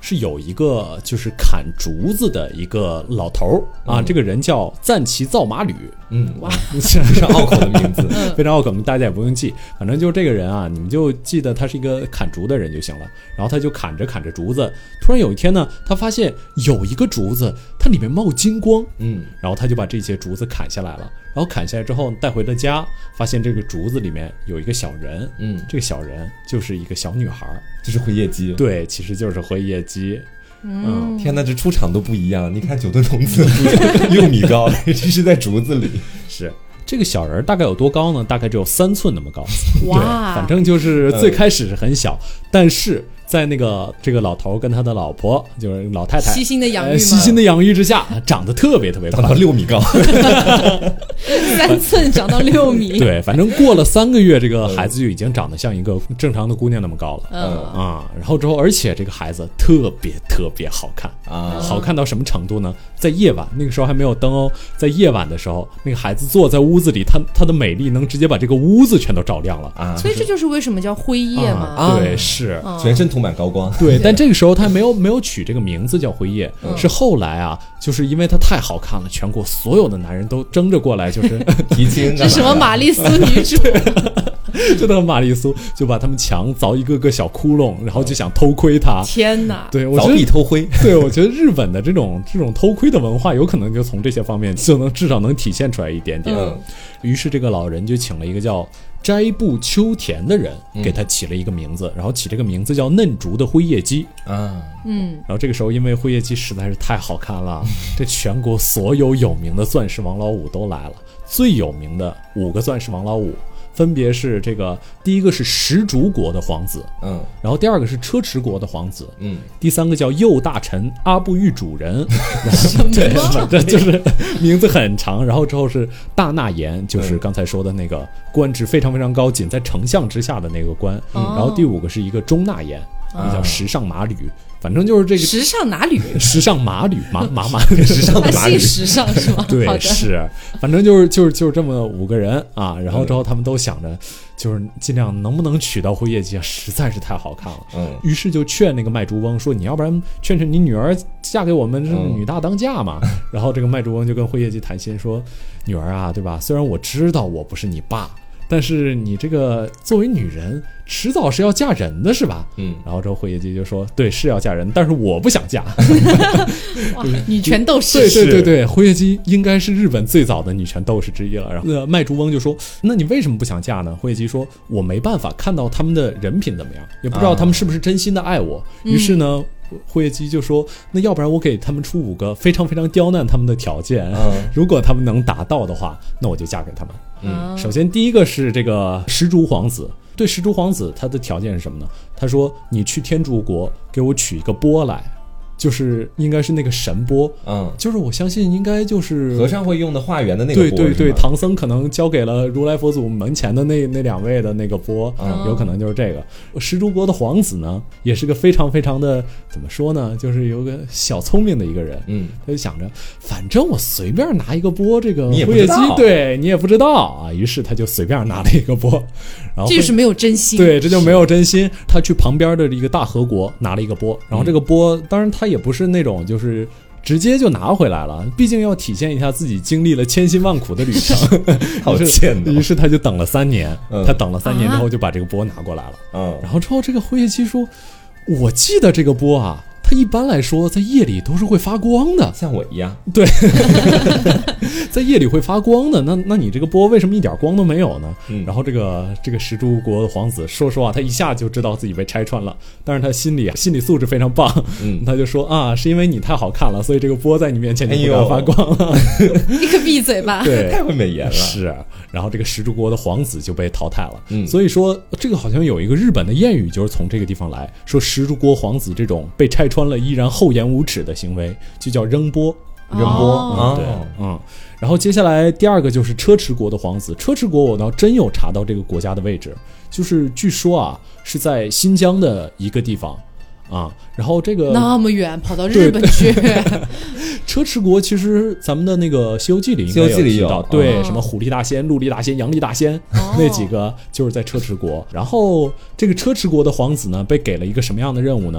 是有一个就是砍竹子的一个老头儿啊， 嗯、 这个人叫赞奇造马吕。 嗯， 哇， 非常拗口的名字， 非常拗口，大家也不用记，反正就是这个人啊，你们就记得他是一个砍竹的人就行了。然后他就砍着砍着竹子，突然有一天呢，他发现有一个竹子，它里面冒金光， 嗯， 然后他就把这些竹子砍下来了。然后砍下来之后带回了家，发现这个竹子里面有一个小人， 嗯， 这个小人就是一个小女孩， 就是灰夜姬。 对，其实就是灰夜姬。 嗯， 天哪，这出场都不一样。你看九吨童子六米高，这是在竹子里。 是这个小人大概有多高呢？大概只有三寸那么高。 哇， 反正就是最开始是很小，嗯、但是在那个这个老头跟他的老婆，就是老太太悉心的养育、呃， 悉心的养育之下，长得特别特别快， 长到六米高， 三寸长到六米。 对，反正过了三个月，这个孩子就已经长得像一个正常的姑娘那么高了。 嗯啊，然后之后，而且这个孩子特别特别好看啊， 好看到什么程度呢？在夜晚，那个时候还没有灯哦，在夜晚的时候，那个孩子坐在屋子里，他他的美丽能直接把这个屋子全都照亮了啊。 所以这就是为什么叫辉夜嘛。 啊、对，是、 啊、 全身涂满高光。 对，但这个时候他没有没有取这个名字叫辉夜，嗯、是后来啊，就是因为他太好看了，全国所有的男人都争着过来，就是提亲。 这什么玛丽苏女主？ 就那个玛丽苏就把他们墙凿一个个小窟窿，然后就想偷窥他。 天哪！ 对，我凿壁偷窥。 对，我觉得日本的这种这种偷窥的文化，有可能就从这些方面就能至少能体现出来一点点。 嗯、 于是这个老人就请了一个叫斋部秋田的人，给他起了一个名字，嗯、然后起这个名字叫嫩竹的灰夜姬啊。 嗯， 然后这个时候因为灰夜姬实在是太好看了，这全国所有有名的钻石王老五都来了，最有名的五个钻石王老五。分别是这个，第一个是石竹国的皇子， 嗯， 然后第二个是车迟国的皇子， 嗯， 第三个叫右大臣阿部玉主人， 对， 反正就是名字很长。然后之后是大纳言，就是刚才说的那个官职非常非常高，仅在丞相之下的那个官。 嗯、 然后第五个是一个中纳言， 嗯、 叫时尚马吕。反正就是这个时尚哪吕？ 时尚马吕马马马时尚的马吕， 姓时尚是吗？ 对，是，反正就是就是就是这么五个人啊。然后之后他们都想着，就是尽量能不能娶到灰夜姬，实在是太好看了。 嗯， 于是就劝那个卖竹翁说：“你要不然劝劝你女儿嫁给我们，这女大当嫁嘛。嗯”然后这个卖竹翁就跟灰夜姬谈心说：“女儿啊，对吧？虽然我知道我不是你爸。”但是你这个作为女人，迟早是要嫁人的，是吧？ 嗯， 然后之后灰夜姬就说：“对，是要嫁人，但是我不想嫁。” 哇，女权斗士， 对对对对，灰夜姬应该是日本最早的女权斗士之一了。然后那卖竹翁就说：“那你为什么不想嫁呢？”灰夜姬说：“我没办法看到他们的人品怎么样，也不知道他们是不是真心的爱我。啊”于是呢。嗯灰夜姬就说：“那要不然我给他们出五个非常非常刁难他们的条件， 嗯、 如果他们能达到的话，那我就嫁给他们。” 嗯， 首先第一个是这个石竹皇子，对石竹皇子他的条件是什么呢？他说：“你去天竺国给我取一个钵来。”就是应该是那个神钵， 嗯， 就是我相信应该就是和尚会用的化缘的那个钵， 对对对，唐僧可能交给了如来佛祖门前的那那两位的那个钵， 嗯， 有可能就是这个。石竹国的皇子呢，也是个非常非常的怎么说呢，就是有个小聪明的一个人， 嗯， 他就想着，反正我随便拿一个钵，这个你也不灰夜姬知道， 对你也不知道啊，于是他就随便拿了一个钵，然后这就是没有真心， 对，这就没有真心。他去旁边的一个大和国拿了一个钵，然后这个钵，当然他也不是那种就是直接就拿回来了，毕竟要体现一下自己经历了千辛万苦的旅程。 好贱的。 于是他就等了三年， 嗯、 他等了三年之后就把这个钵拿过来了。 嗯， 然后之后这个灰夜姬说：“我记得这个钵啊。”它一般来说在夜里都是会发光的， 像我一样。 对，在夜里会发光的。那那你这个钵为什么一点光都没有呢？ 嗯、 然后这个这个石竹国的皇子说实话，他一下就知道自己被拆穿了，但是他心里心理素质非常棒， 嗯， 他就说啊，是因为你太好看了，所以这个钵在你面前就不敢发光了。 你可闭嘴吧！ 对， 太会美颜了。 是，然后这个石竹国的皇子就被淘汰了。 嗯， 所以说这个好像有一个日本的谚语，就是从这个地方来说，石竹国皇子这种被拆穿了依然厚颜无耻的行为，就叫扔钵。扔钵， 哦嗯，对，嗯，然后接下来第二个就是车迟国的皇子。车迟国我倒真有查到这个国家的位置，就是据说啊是在新疆的一个地方啊，然后这个那么远跑到日本去。 车迟国其实咱们的那个《西游记》里应该有提到， 有对， 哦什么虎力大仙、陆力大仙、杨力大仙、 哦、 那几个就是在车迟国。然后这个车迟国的皇子呢，被给了一个什么样的任务呢？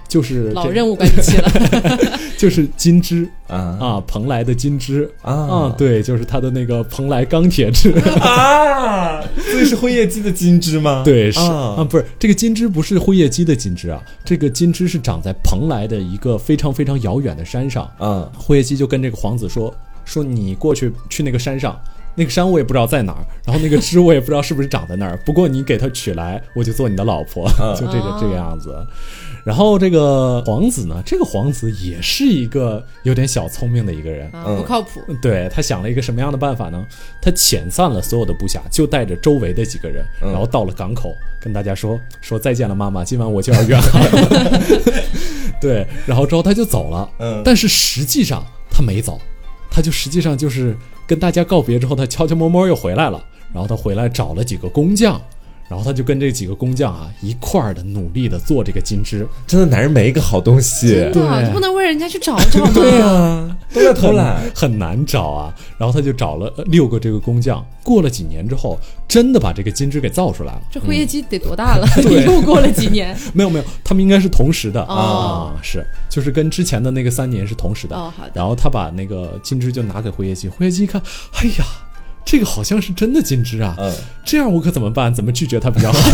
就是老任务该你起了， 就是金枝啊啊，蓬莱的金枝啊啊，对，就是它的那个蓬莱钢铁枝啊，所以是辉夜姬的金枝吗？ 对，是啊啊，不是这个金枝不是辉夜姬的金枝啊，这个金枝是长在蓬莱的一个非常非常遥远的山上。 啊辉夜姬就跟这个皇子说说你过去去那个山上。那个山我也不知道在哪儿，然后那个枝我也不知道是不是长在那儿。不过你给他娶来，我就做你的老婆，就这个这个样子。然后这个皇子呢，这个皇子也是一个有点小聪明的一个人， 啊，不靠谱。 对，他想了一个什么样的办法呢？他遣散了所有的部下，就带着周围的几个人，然后到了港口，跟大家说说再见了，妈妈，今晚我就要远航了。对，然后之后他就走了。 嗯， 但是实际上他没走，他就实际上就是跟大家告别之后，他悄悄摸摸又回来了。然后他回来找了几个工匠。然后他就跟这几个工匠啊一块儿的努力的做这个金枝， 真的男人没一个好东西， 真的，就不能为人家去找找吗？ 对啊，都在偷懒， 很, 很难找啊。然后他就找了六个这个工匠，过了几年之后，真的把这个金枝给造出来了。 这辉夜姬得多大了？ 嗯、对， 又过了几年？ 没有没有，他们应该是同时的、 哦、 啊，是就是跟之前的那个三年是同时的。 哦，好的。 然后他把那个金枝就拿给辉夜姬，辉夜姬一看，哎呀。这个好像是真的金枝啊、嗯，这样我可怎么办？怎么拒绝他比较好？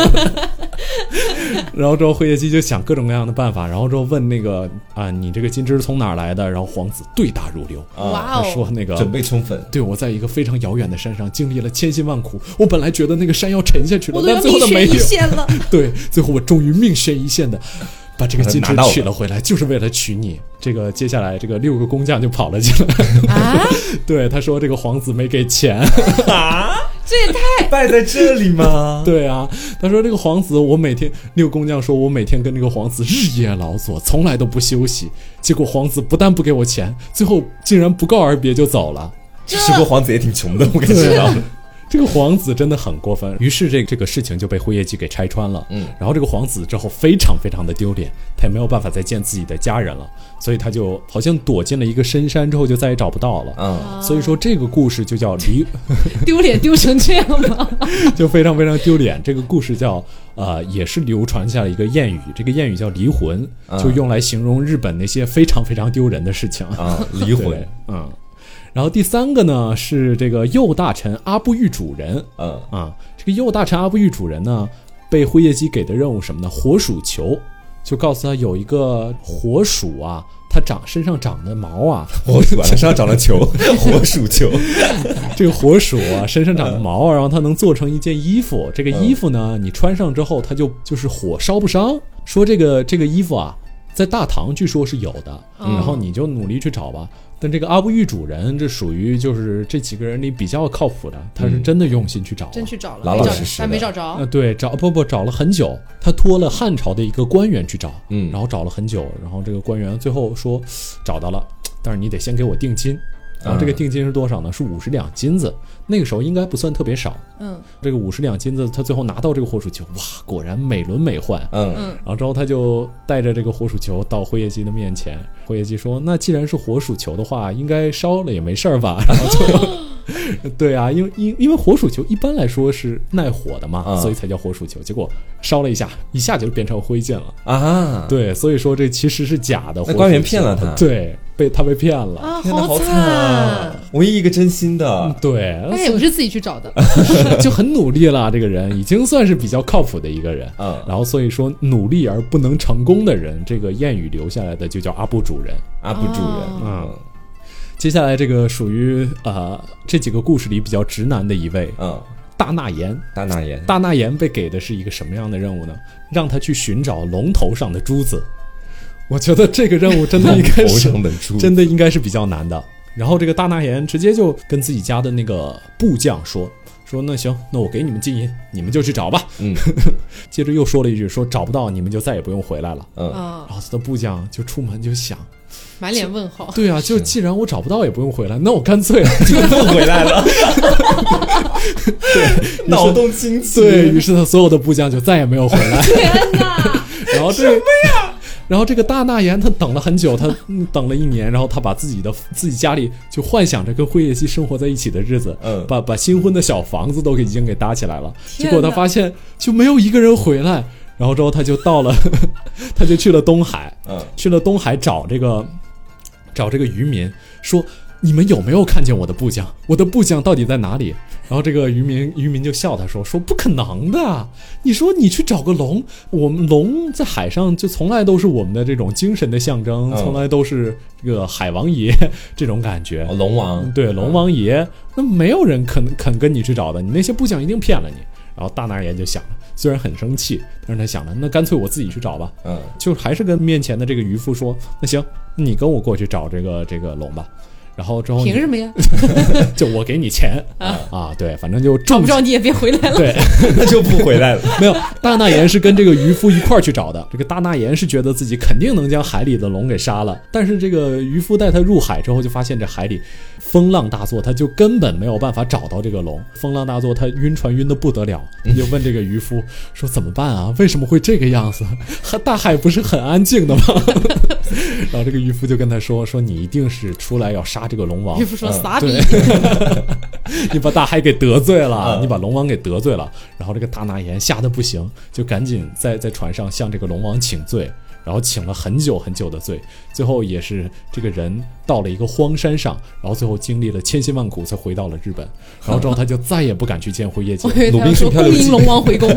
然后之后辉夜姬就想各种各样的办法，然后之后问那个啊，你这个金枝从哪儿来的？然后皇子对答如流， 哇、 哦，说那个准备充分， 对，我在一个非常遥远的山上经历了千辛万苦，我本来觉得那个山要沉下去了，但最后没有，对，最后我终于命悬一线的。把这个金枝取了回来，就是为了娶你。这个接下来这个六个工匠就跑了进来啊，对，他说这个皇子没给钱啊， 这也太败在这里吗？ 对啊，他说这个皇子，我每天六个工匠说我每天跟这个皇子日夜劳作，从来都不休息，结果皇子不但不给我钱，最后竟然不告而别就走了。 是个皇子也挺穷的，我感觉到。 这个皇子真的很过分，于是这个这个事情就被辉夜姬给拆穿了。 嗯， 然后这个皇子之后非常非常的丢脸，他也没有办法再见自己的家人了，所以他就好像躲进了一个深山之后就再也找不到了。 嗯， 所以说这个故事就叫离丢脸丢成这样吗？ 就非常非常丢脸。这个故事叫呃，也是流传下了一个谚语，这个谚语叫离魂， 嗯、 就用来形容日本那些非常非常丢人的事情啊，离魂， 嗯。然后第三个呢是这个右大臣阿部玉主人， 嗯啊，这个右大臣阿部玉主人呢，被辉夜姬给的任务什么呢？火鼠球，就告诉他有一个火鼠啊，它长身上长的毛啊， 火鼠啊，身上长了球，火鼠球， 这个火鼠啊身上长的毛，然后它能做成一件衣服，这个衣服呢，你穿上之后它就就是火烧不伤。说这个这个衣服啊，在大唐据说是有的， 嗯、 然后你就努力去找吧。但这个阿部玉主人，这属于就是这几个人里比较靠谱的，他是真的用心去找了， 真去找了， 老老实实的， 但没找着。 呃，对，找不不找了很久，他托了汉朝的一个官员去找， 嗯， 然后找了很久，然后这个官员最后说找到了，但是你得先给我定金。然后这个定金是多少呢？是五十两金子，那个时候应该不算特别少。 嗯， 这个五十两金子，他最后拿到这个火鼠球，哇，果然美轮美奂。 嗯嗯， 然后之后他就带着这个火鼠球到辉夜姬的面前，辉夜姬说：“那既然是火鼠球的话，应该烧了也没事儿吧？”然后就，对啊，因为因因为火鼠球一般来说是耐火的嘛， 嗯、 所以才叫火鼠球。结果烧了一下，一下就变成灰烬了啊！ 对，所以说这其实是假的。 那官员骗了他， 对。被他被骗了啊， 好惨啊！唯一一个真心的， 嗯、对， 他也不是自己去找的， 就很努力了。这个人已经算是比较靠谱的一个人， 嗯， 然后所以说努力而不能成功的人，这个谚语留下来的就叫阿部主人。 阿部主人， 哦、 嗯。接下来这个属于呃这几个故事里比较直男的一位， 嗯， 大纳言。 大纳言， 大纳言被给的是一个什么样的任务呢？让他去寻找龙头上的珠子。我觉得这个任务真的应该是真的应该是比较难的。然后这个大纳言直接就跟自己家的那个部将说说那行，那我给你们金银，你们就去找吧。 嗯， 接着又说了一句，说找不到你们就再也不用回来了。 嗯， 然后他的部将就出门就想， 满脸问号。 对啊，就既然我找不到也不用回来，那我干脆就不回来了。对，脑洞清奇。 对，于是他所有的部将就再也没有回来。 天哪！ 然后这什么呀？然后这个大纳言他等了很久，他等了一年，然后他把自己的自己家里就幻想着跟辉夜姬生活在一起的日子， 嗯， 把把新婚的小房子都已经给搭起来了。结果他发现就没有一个人回来， 然后之后他就到了，他就去了东海， 嗯， 去了东海找这个找这个渔民说。你们有没有看见我的部将？我的部将到底在哪里？然后这个渔民渔民就笑他说：“说不可能的，你说你去找个龙，我们龙在海上就从来都是我们的这种精神的象征， 嗯、 从来都是这个海王爷这种感觉。 哦、龙王对龙王爷，那没有人肯肯跟你去找的，你那些部将一定骗了你。”然后大纳言就想了，虽然很生气，但是他想了，那干脆我自己去找吧。嗯，就还是跟面前的这个渔夫说：“那行，你跟我过去找这个这个龙吧。”然后之后凭什么呀？ 就我给你钱啊啊！对，反正就找不着你也别回来了。 对， 那就不回来了。 没有，大纳言是跟这个渔夫一块儿去找的。这个大纳言是觉得自己肯定能将海里的龙给杀了，但是这个渔夫带他入海之后，就发现这海里风浪大作，他就根本没有办法找到这个龙。风浪大作，他晕船晕得不得了，他就问这个渔夫说：“怎么办啊？为什么会这个样子？大海不是很安静的吗？”然后这个渔夫就跟他说：“说你一定是出来要杀这个龙王。” 渔夫说：“傻逼， 你把大海给得罪了，你把龙王给得罪了。”然后这个大纳言吓得不行，就赶紧在在船上向这个龙王请罪，然后请了很久很久的罪，最后也是这个人到了一个荒山上，然后最后经历了千辛万苦才回到了日本，然后之后他就再也不敢去见辉夜姬。 鲁滨逊漂流记， 欢迎龙王回宫。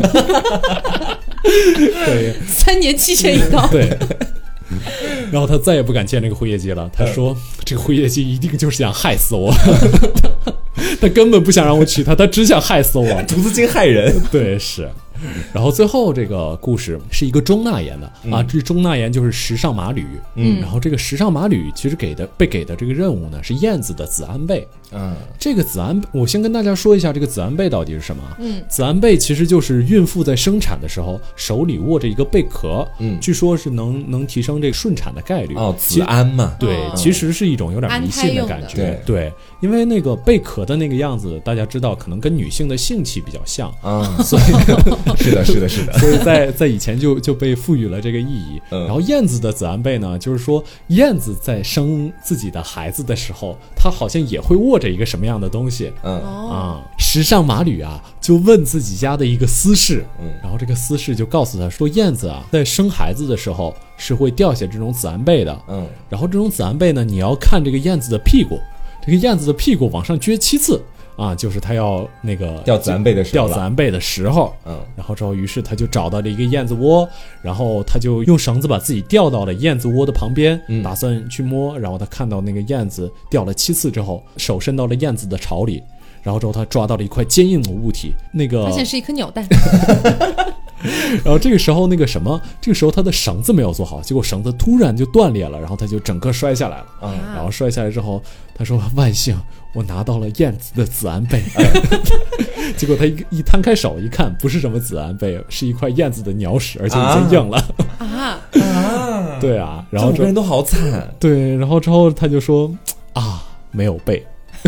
对， 三年期限已到。 对。然后他再也不敢见这个辉夜姬了。他说：“这个辉夜姬一定就是想害死我，他根本不想让我娶她，他只想害死我， 竹子精害人。” 对，是。然后最后这个故事是一个中纳言的、嗯、啊，这中纳言就是石上马吕。嗯，然后这个石上马吕其实给的被给的这个任务呢是燕子的子安贝。嗯，这个子安，我先跟大家说一下这个子安贝到底是什么。嗯，子安贝其实就是孕妇在生产的时候手里握着一个贝壳，嗯，据说是能能提升这个顺产的概率。 哦，子安嘛， 对、哦，其实是一种有点迷信的感觉。 对对，因为那个贝壳的那个样子，大家知道可能跟女性的性器比较像啊、嗯，所以是的，是的，是的， 所以在在以前就就被赋予了这个意义。嗯、然后燕子的子安贝呢，就是说燕子在生自己的孩子的时候，她好像也会握着一个什么样的东西。嗯啊，石上马吕啊，就问自己家的一个司事，嗯，然后这个司事就告诉他说，燕子啊，在生孩子的时候是会掉下这种子安贝的。嗯，然后这种子安贝呢，你要看这个燕子的屁股，这个燕子的屁股往上撅七次。啊，就是他要那个掉子安贝的时候， 掉子安贝的时候，嗯，然后之后，于是他就找到了一个燕子窝，然后他就用绳子把自己吊到了燕子窝的旁边，嗯，打算去摸，然后他看到那个燕子掉了七次之后，手伸到了燕子的巢里，然后之后他抓到了一块坚硬的物体，那个发现是一颗鸟蛋。 然后这个时候那个什么，这个时候他的绳子没有做好，结果绳子突然就断裂了，然后他就整个摔下来了。嗯，然后摔下来之后，他说：“万幸，我拿到了燕子的子安贝。嗯”结果他一一摊开手一看，不是什么子安贝，是一块燕子的鸟屎，而且已经硬了。啊啊！对啊，然后这五个人都好惨。 对，然后之后他就说：“啊，没有贝。”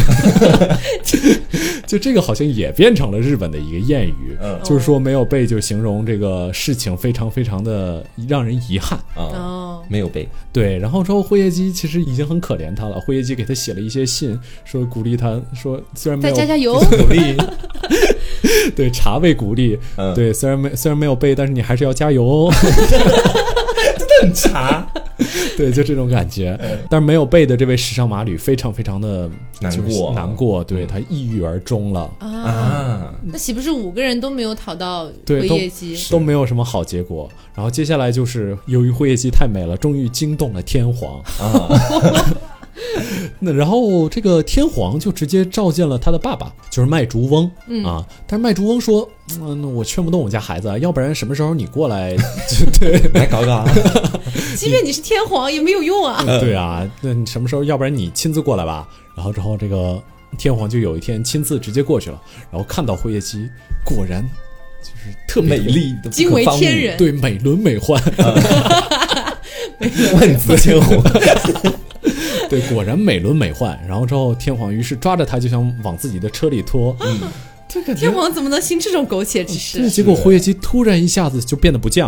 就这个好像也变成了日本的一个谚语，嗯、就是说没有贝就形容这个事情非常非常的让人遗憾啊、 哦，没有贝。 对，然后之后辉夜姬其实已经很可怜他了，辉夜姬给他写了一些信，说鼓励他说虽然没有再加加油鼓励，对茶味鼓励、嗯，对虽然没虽然没有贝，但是你还是要加油哦。 真的很茶。 对，就这种感觉。但是没有贝的这位石上马吕非常非常的难过， 难过，对他抑郁而终了啊。那岂不是五个人都没有讨到辉夜姬， 都没有什么好结果？然后接下来就是由于辉夜姬太美了，终于惊动了天皇啊。那然后这个天皇就直接召见了他的爸爸，就是麦竹翁、嗯、啊。但是麦竹翁说：“嗯，我劝不动我家孩子，要不然什么时候你过来，对， 来搞搞。 即便你是天皇也没有用啊。 对啊，那你什么时候？要不然你亲自过来吧。”然后之后这个天皇就有一天亲自直接过去了，然后看到辉夜姬，果然就是特别美丽的， 惊为天人， 对，美轮美奂， 万紫千红。 对，果然美轮美奂。然后之后，天皇于是抓着他就想往自己的车里拖。嗯，这个天皇怎么能行这种苟且之事？ 结果辉夜姬突然一下子就变得不见了。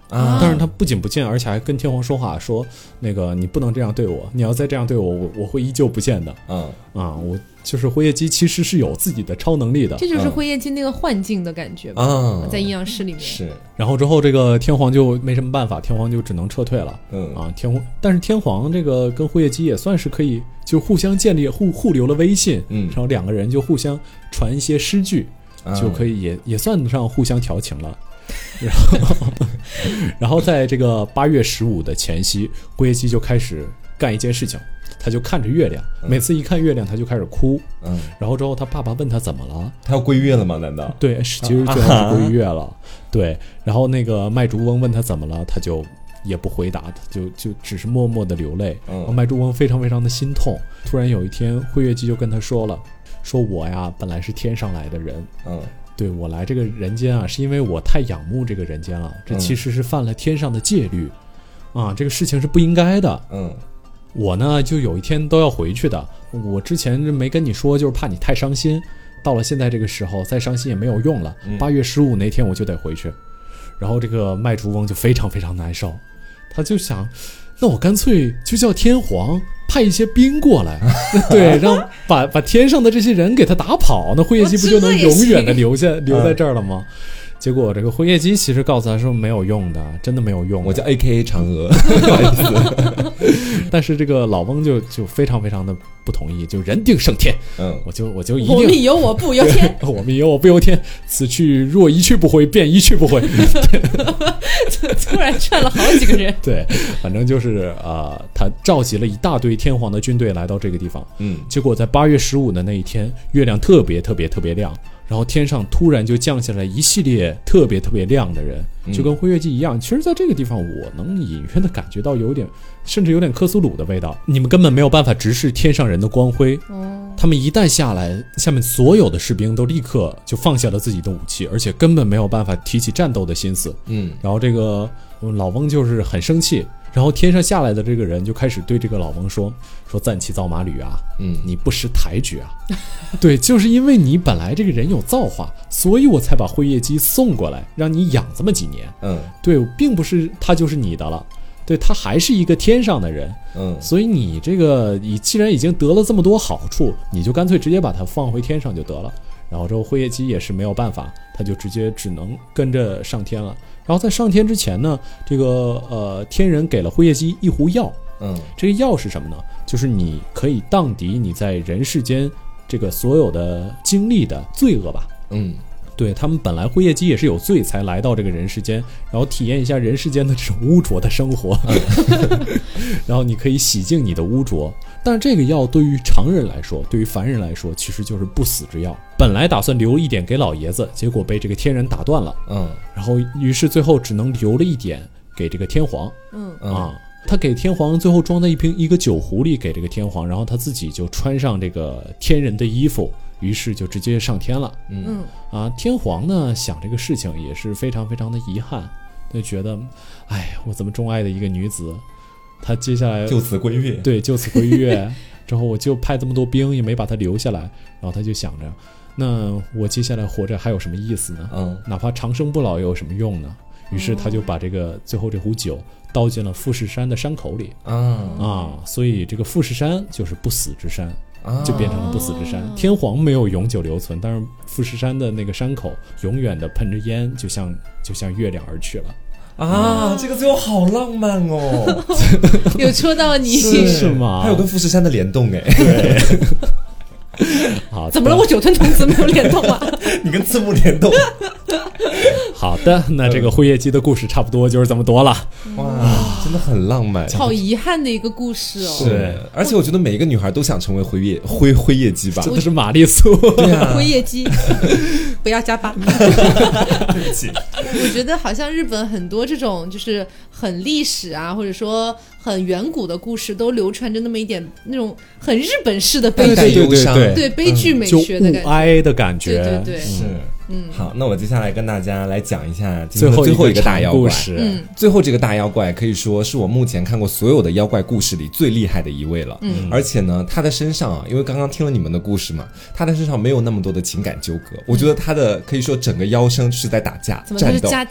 啊但是他不仅不见，而且还跟天皇说话，说那个你不能这样对我，你要再这样对我，我我会依旧不见的。 嗯啊，我就是辉夜姬其实是有自己的超能力的。 这就是辉夜姬那个幻境的感觉吧， 啊， 在阴阳师里面是， 然后之后这个天皇就没什么办法，天皇就只能撤退了。 嗯啊，天皇，但是天皇这个跟辉夜姬也算是可以就互相建立互互留了微信， 嗯然后两个人就互相传一些诗句， 啊就可以也也算得上互相调情了。然后，然后在这个八月十五的前夕，辉夜姬就开始干一件事情，他就看着月亮，每次一看月亮他就开始哭。 嗯， 然后之后他爸爸问他怎么了， 他要归月了吗？难道？ 对，是其实最后是归月了。对，然后那个麦竹翁问他怎么了，他就也不回答，就就只是默默的流泪。 嗯然后麦竹翁非常非常的心痛。突然有一天，辉夜姬就跟他说了，说我呀本来是天上来的人， 嗯对，我来这个人间啊，是因为我太仰慕这个人间了，这其实是犯了天上的戒律，啊，这个事情是不应该的。 嗯我呢，就有一天都要回去的。我之前没跟你说，就是怕你太伤心。到了现在这个时候，再伤心也没有用了。八月十五那天我就得回去。然后这个麦竹翁就非常非常难受，他就想，那我干脆就叫天皇派一些兵过来，对，让把把天上的这些人给他打跑，那辉夜姬不就能永远的留下留在这儿了吗？结果这个辉夜姬其实告诉他说没有用的，真的没有用的。 我叫 A K A 嫦娥，不好意思。 但是这个老翁就就非常非常的不同意，就人定胜天， 嗯， 我就我就一定我命由我不由天， 我命由我不由天，此去若一去不回，便一去不回。 突然串了好几个人。 对，反正就是啊、呃，他召集了一大堆天皇的军队来到这个地方， 嗯， 结果在八月十五的那一天，月亮特别特别特别亮。然后天上突然就降下来一系列特别特别亮的人，就跟辉夜姬一样。其实在这个地方我能隐约的感觉到有点，甚至有点克苏鲁的味道。你们根本没有办法直视天上人的光辉。他们一旦下来，下面所有的士兵都立刻就放下了自己的武器，而且根本没有办法提起战斗的心思。 嗯， 然后这个老翁就是很生气。然后天上下来的这个人就开始对这个老翁说说暂骑造马履啊， 嗯， 你不识抬举啊。对，就是因为你本来这个人有造化，所以我才把辉夜姬送过来让你养这么几年。 嗯， 对，并不是他就是你的了，对，他还是一个天上的人。 嗯， 所以你这个你既然已经得了这么多好处，你就干脆直接把他放回天上就得了。然后之后辉夜姬也是没有办法，他就直接只能跟着上天了。然后在上天之前呢，这个呃天人给了辉夜姬一壶药， 嗯， 这个药是什么呢？就是你可以荡涤你在人世间这个所有的经历的罪恶吧。 嗯， 对，他们本来辉夜姬也是有罪才来到这个人世间，然后体验一下人世间的这种污浊的生活，然后你可以洗净你的污浊。但是这个药对于常人来说，对于凡人来说，其实就是不死之药。本来打算留一点给老爷子，结果被这个天人打断了。 嗯， 然后于是最后只能留了一点给这个天皇。 嗯啊，他给天皇最后装在一瓶一个酒壶里给这个天皇，然后他自己就穿上这个天人的衣服，于是就直接上天了。 嗯啊，天皇呢想这个事情也是非常非常的遗憾，就觉得，哎，我这么钟爱的一个女子，她接下来就此归月。 对，就此归月之后，我就派这么多兵也没把她留下来，然后他就想着，那我接下来活着还有什么意思呢？ 嗯， 哪怕长生不老又有什么用呢？于是他就把这个最后这壶酒倒进了富士山的山口里。 啊啊，所以这个富士山就是不死之山。 啊， 就变成了不死之山。天皇没有永久留存，但是富士山的那个山口永远的喷着烟，就像就像月亮而去了。 啊，这个最后好浪漫哦， 有戳到你是吗？ 还有跟富士山的联动哎。 对。好， 怎么了？我酒吞童子没有联动啊？ 你跟字幕联动。 好的，那这个辉夜姬的故事差不多就是这么多了。 哇，真的很浪漫， 好遗憾的一个故事哦。 是，而且我觉得每一个女孩都想成为辉夜辉辉夜姬吧。 这都是玛丽苏。 对啊， 辉夜姬，不要加八。 对不起。 我觉得好像日本很多这种就是很历史啊，或者说很远古的故事，都流传着那么一点那种很日本式的悲剧， 对对对对对悲剧美学的感觉， 就物哀的感觉。 对对对， 是。嗯，好，那我接下来跟大家来讲一下最后最后一个大妖怪。 嗯， 最后这个大妖怪可以说是我目前看过所有的妖怪故事里最厉害的一位了。嗯，而且呢，他的身上啊，因为刚刚听了你们的故事嘛，他的身上没有那么多的情感纠葛。我觉得他的可以说整个妖生是在打架、 怎么战斗。 就是家家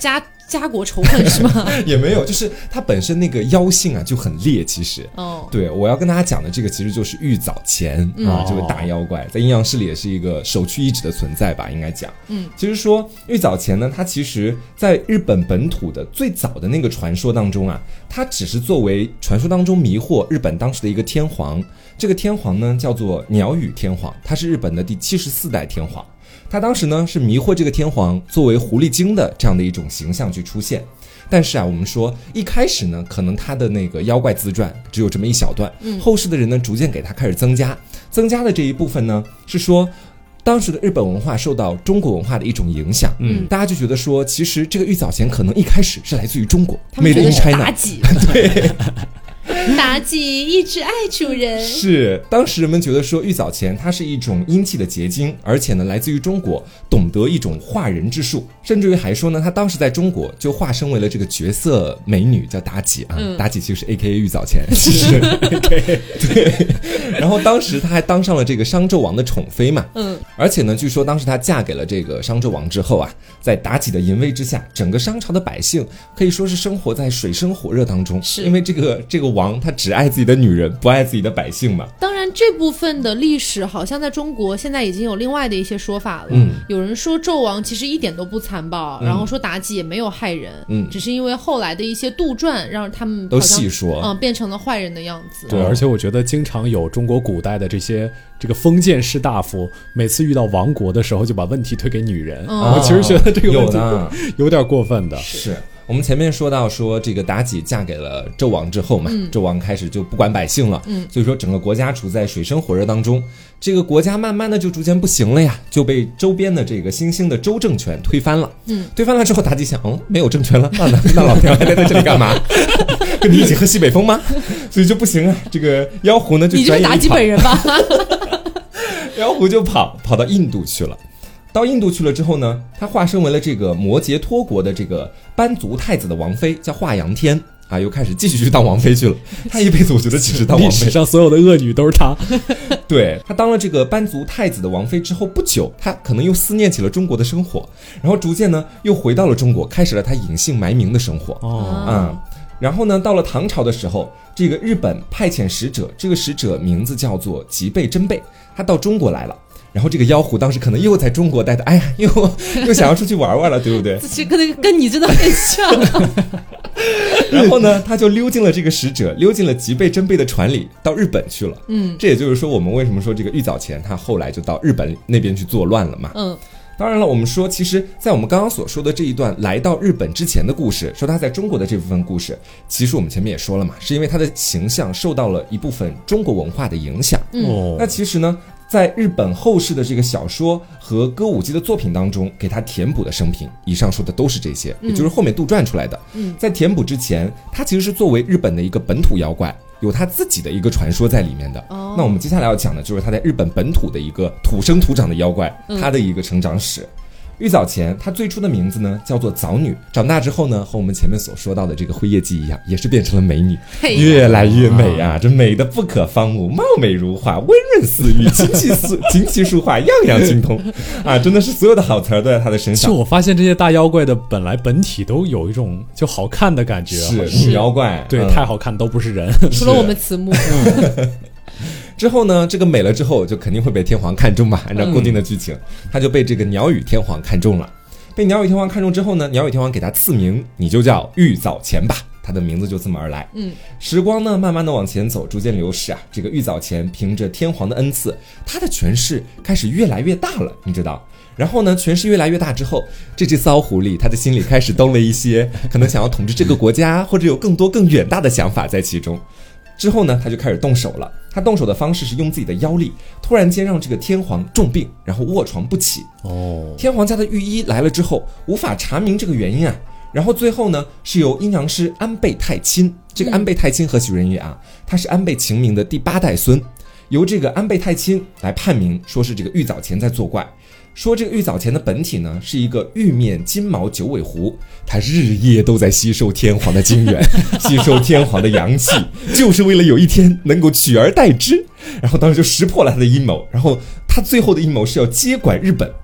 家国仇恨是吗？ 也没有，就是它本身那个妖性啊就很烈，其实。 哦， 对，我要跟大家讲的这个其实就是玉藻前、嗯、啊，这个大妖怪在阴阳师里也是一个首屈一指的存在吧，应该讲。嗯，其实说玉藻前呢，它其实在日本本土的最早的那个传说当中啊，它只是作为传说当中迷惑日本当时的一个天皇。这个天皇呢叫做鸟羽天皇，他是日本的第七十四代天皇。他当时呢是迷惑这个天皇作为狐狸精的这样的一种形象去出现。但是啊，我们说一开始呢，可能他的那个妖怪自传只有这么一小段，嗯、后世的人呢逐渐给他开始增加，增加的这一部分呢是说，当时的日本文化受到中国文化的一种影响，嗯，大家就觉得说，其实这个玉藻前可能一开始是来自于中国， 他们觉得是妲己， 对。 妲己一直爱主人， 是当时人们觉得说玉藻前它是一种阴气的结晶，而且呢来自于中国，懂得一种化人之术，甚至于还说呢，他当时在中国就化身为了这个绝色美女叫妲己啊，嗯、妲己其实是 A K A 玉藻前，是对对。然后当时他还当上了这个商纣王的宠妃嘛，嗯，而且呢，据说当时她嫁给了这个商纣王之后啊，在妲己的淫威之下，整个商朝的百姓可以说是生活在水深火热当中，是因为这个这个王他只爱自己的女人，不爱自己的百姓嘛。 当然，这部分的历史好像在中国现在已经有另外的一些说法了。嗯，有人说纣王其实一点都不残暴，嗯、然后说妲己也没有害人，嗯，只是因为后来的一些杜撰让他们都细说， 嗯，变成了坏人的样子。 对，而且我觉得经常有中国古代的这些这个封建士大夫，每次遇到亡国的时候就把问题推给女人，嗯、我其实觉得这个问题有, 有点过分的。 是。我们前面说到说这个妲己嫁给了纣王之后嘛，嗯、纣王开始就不管百姓了，嗯、所以说整个国家处在水深火热当中，这个国家慢慢的就逐渐不行了呀，就被周边的这个新兴的周政权推翻了。嗯，推翻了之后，妲己想，嗯，没有政权了，那那老天还待在这里干嘛？跟你一起喝西北风吗？所以就不行啊，这个妖狐呢就转眼一跑， 你就是妲己本人吧？ 妖狐就跑跑到印度去了。到印度去了之后呢，他化身为了这个摩羯托国的这个班族太子的王妃，叫华阳天啊，又开始继续去当王妃去了。他一辈子我觉得只是当王妃， 历史上所有的恶女都是他。 对，他当了这个班族太子的王妃之后不久，他可能又思念起了中国的生活，然后逐渐呢又回到了中国，开始了他隐姓埋名的生活。哦，啊、嗯，然后呢，到了唐朝的时候，这个日本派遣使者，这个使者名字叫做吉备真备，他到中国来了。然后这个妖狐当时可能又在中国待的，哎呀，又又想要出去玩玩了，对不对？ 这可能跟你真的很像。 然后呢，他就溜进了这个使者，溜进了吉备真备的船里，到日本去了。嗯，这也就是说，我们为什么说这个玉藻前他后来就到日本那边去作乱了嘛？嗯。当然了，我们说，其实，在我们刚刚所说的这一段来到日本之前的故事，说他在中国的这部分故事，其实我们前面也说了嘛，是因为他的形象受到了一部分中国文化的影响。嗯，那其实呢，在日本后世的这个小说和歌舞伎的作品当中，给他填补的生平，以上说的都是这些，也就是后面杜撰出来的。嗯，在填补之前，他其实是作为日本的一个本土妖怪。有他自己的一个传说在里面的。哦，那我们接下来要讲的就是他在日本本土的一个土生土长的妖怪，嗯、他的一个成长史。玉藻前，他最初的名字呢叫做藻女，长大之后呢，和我们前面所说到的这个辉夜姬一样，也是变成了美女，越来越美啊！这美的不可方物，貌美如花，温润似玉，琴棋书琴棋书画样样精通啊！真的是所有的好词儿都在他的身上。 就我发现这些大妖怪的本来本体都有一种就好看的感觉， 是女妖怪， 对， 嗯、 太好看都不是人， 除了我们慈母。 之后呢，这个美了之后就肯定会被天皇看中嘛，按照固定的剧情，嗯、他就被这个鸟羽天皇看中了。被鸟羽天皇看中之后呢，鸟羽天皇给他赐名，你就叫玉藻前吧，他的名字就这么而来。嗯，时光呢慢慢的往前走，逐渐流逝啊，这个玉藻前凭着天皇的恩赐，他的权势开始越来越大了，你知道。然后呢，权势越来越大之后，这只骚狐狸他的心里开始动了一些可能想要统治这个国家，或者有更多更远大的想法在其中。之后呢，他就开始动手了。他动手的方式是用自己的妖力，突然间让这个天皇重病，然后卧床不起。哦，天皇家的御医来了之后，无法查明这个原因啊。然后最后呢，是由阴阳师安倍太亲，这个安倍太亲何许人也啊？他是安倍晴明的第八代孙，由这个安倍太亲来判明，说是这个玉藻前在作怪。说这个玉藻前的本体呢是一个玉面金毛九尾狐，它日夜都在吸收天皇的精元，吸收天皇的阳气，就是为了有一天能够取而代之。然后当时就识破了他的阴谋，然后他最后的阴谋是要接管日本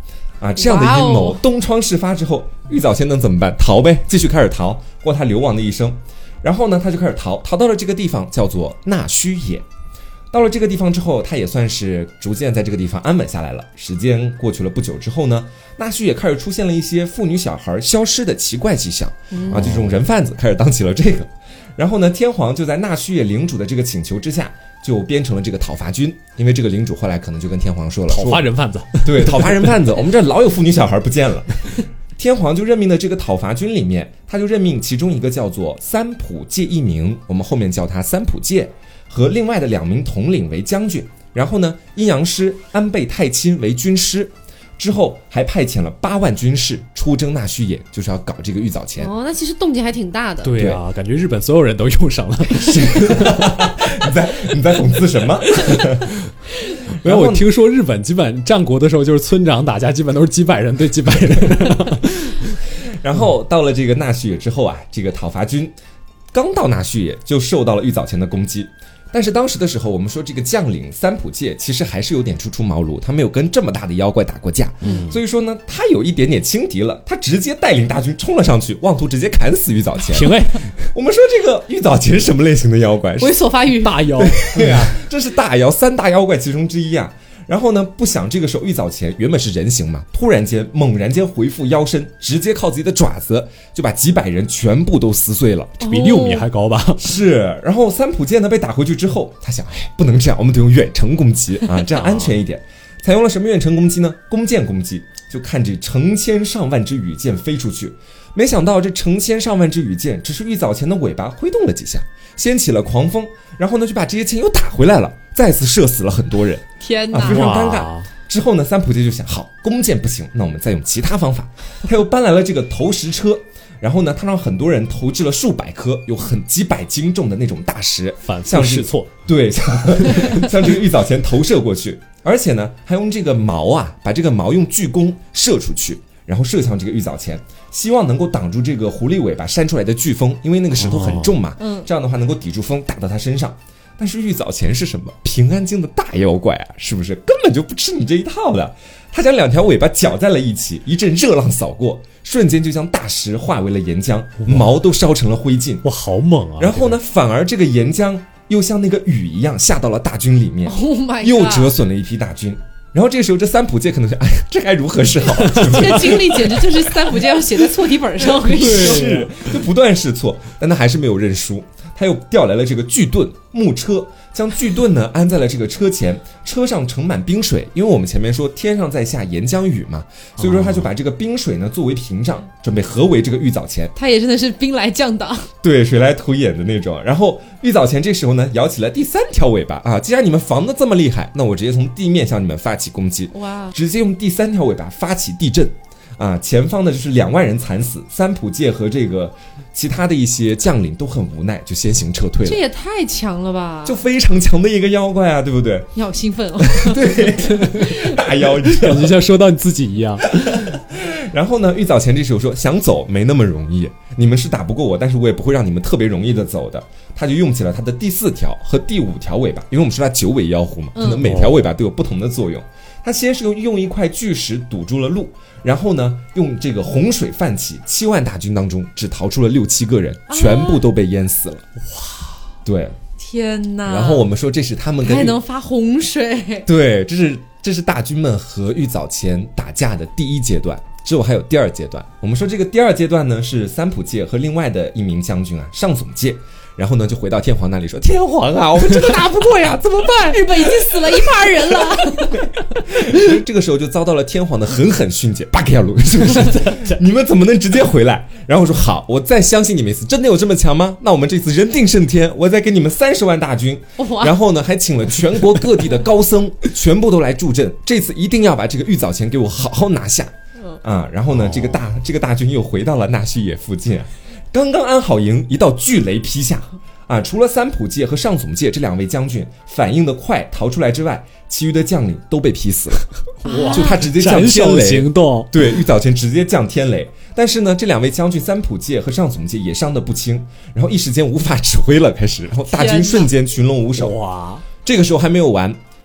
啊，这样的阴谋东窗事发之后，玉藻前能怎么办？逃呗，继续开始逃，过他流亡的一生。然后呢，他就开始逃，逃到了这个地方叫做纳须野。到了这个地方之后，他也算是逐渐在这个地方安稳下来了。时间过去了不久之后呢，纳须也开始出现了一些妇女小孩消失的奇怪迹象、嗯、啊，这种人贩子开始当起了这个。然后呢，天皇就在纳须野领主的这个请求之下，就编成了这个讨伐军。因为这个领主后来可能就跟天皇说了， 讨伐人贩子， 对，讨伐人贩子，我们这老有妇女小孩不见了。天皇就任命的这个讨伐军里面，他就任命其中一个叫做三浦介一名，我们后面叫他三浦介，和另外的两名统领为将军。然后呢，阴阳师安倍太亲为军师。之后还派遣了八万军士出征纳须野，就是要搞这个玉藻前。 哦，那其实动静还挺大的。 对啊，感觉日本所有人都用上了。 你在你在讽刺什么？ 没有，我听说日本基本战国的时候就是村长打架，基本都是几百人对几百人。 然后到了这个纳须野之后啊，这个讨伐军刚到纳须野就受到了玉藻前的攻击。但是当时的时候，我们说这个将领三浦介其实还是有点初出茅庐，他没有跟这么大的妖怪打过架，嗯，所以说呢，他有一点点轻敌了，他直接带领大军冲了上去，妄图直接砍死玉藻前。 评委， 我们说这个玉藻前是什么类型的妖怪？ 猥琐发育大妖， 对啊，这是大妖，三大妖怪其中之一啊。然后呢，不想这个时候玉藻前原本是人形嘛，突然间猛然间回复妖身，直接靠自己的爪子就把几百人全部都撕碎了， 这比六米还高吧？ 哦、是。然后三浦介呢被打回去之后，他想，哎，不能这样，我们得用远程攻击啊，这样安全一点。采用了什么远程攻击呢？弓箭攻击，就看这成千上万支羽箭飞出去。没想到这成千上万支羽箭只是玉藻前的尾巴挥动了几下，掀起了狂风，然后呢就把这些箭又打回来了，再次射死了很多人。 天哪， 啊，非常尴尬。之后呢，三浦介就想，好，弓箭不行，那我们再用其他方法。他又搬来了这个投石车，然后呢，他让很多人投掷了数百颗有很几百斤重的那种大石， 反复试错， 对，像像这个玉藻前投射过去，而且呢，还用这个矛啊，把这个矛用巨弓射出去。然后射向这个玉藻前，希望能够挡住这个狐狸尾巴扇出来的飓风，因为那个石头很重嘛，哦、这样的话能够抵住风打到他身上。但是玉藻前是什么？平安京的大妖怪啊，是不是根本就不吃你这一套的？他将两条尾巴搅在了一起，一阵热浪扫过，瞬间就将大石化为了岩浆，毛都烧成了灰烬。 哇，好猛啊！ 然后呢，反而这个岩浆又像那个雨一样下到了大军里面， Oh my God， 又折损了一批大军。然后这个时候，这三浦介可能想，哎呀，这该如何是好？ 这个经历简直就是三浦介要写在错题本上。 对，是就不断试错，但他还是没有认输。他又调来了这个巨盾木车，将巨盾呢安在了这个车前，车上盛满冰水，因为我们前面说天上在下岩浆雨嘛，所以说他就把这个冰水呢作为屏障，准备合围这个玉藻前。 他也真的是兵来将挡， 对，水来土掩的那种。然后玉藻前这时候呢摇起了第三条尾巴啊，既然你们防得这么厉害，那我直接从地面向你们发起攻击，哇，直接用第三条尾巴发起地震。啊，前方的就是两万人惨死，三浦介和这个其他的一些将领都很无奈，就先行撤退了。 这也太强了吧！ 就非常强的一个妖怪啊，对不对？ 你好兴奋哦！ 对，大妖， 感觉像说到你自己一样。 然后呢，玉藻前这时候说，想走没那么容易，你们是打不过我，但是我也不会让你们特别容易的走的。他就用起了他的第四条和第五条尾巴，因为我们说他九尾妖狐嘛，可能每条尾巴都有不同的作用。嗯，他先是用用一块巨石堵住了路，然后呢，用这个洪水泛起，七万大军当中只逃出了六七个人，全部都被淹死了。哇，对， 天哪！ 然后我们说这是他们跟还能发洪水， 对，这是这是大军们和玉藻前打架的第一阶段。之后还有第二阶段，我们说这个第二阶段呢是三浦介和另外的一名将军啊上总介，然后呢就回到天皇那里说，天皇啊，我们真的打不过呀，怎么办？ 日本已经死了一半人了。 这个时候就遭到了天皇的狠狠训诫，巴克亚鲁是不是？你们怎么能直接回来？然后我说好，我再相信你们一次，真的有这么强吗？那我们这次人定胜天，我再给你们三十万大军，然后呢还请了全国各地的高僧全部都来助阵，这次一定要把这个玉藻前给我好好拿下。啊，然后呢，这个大这个大军又回到了纳须野附近，刚刚安好营，一道巨雷劈下，啊，除了三浦介和上总介这两位将军反应的快逃出来之外，其余的将领都被劈死了。哇，就他直接降天雷行动， 对，玉藻前直接降天雷。但是呢，这两位将军三浦介和上总介也伤得不轻，然后一时间无法指挥了，开始，然后大军瞬间群龙无首。哇，这个时候还没有完。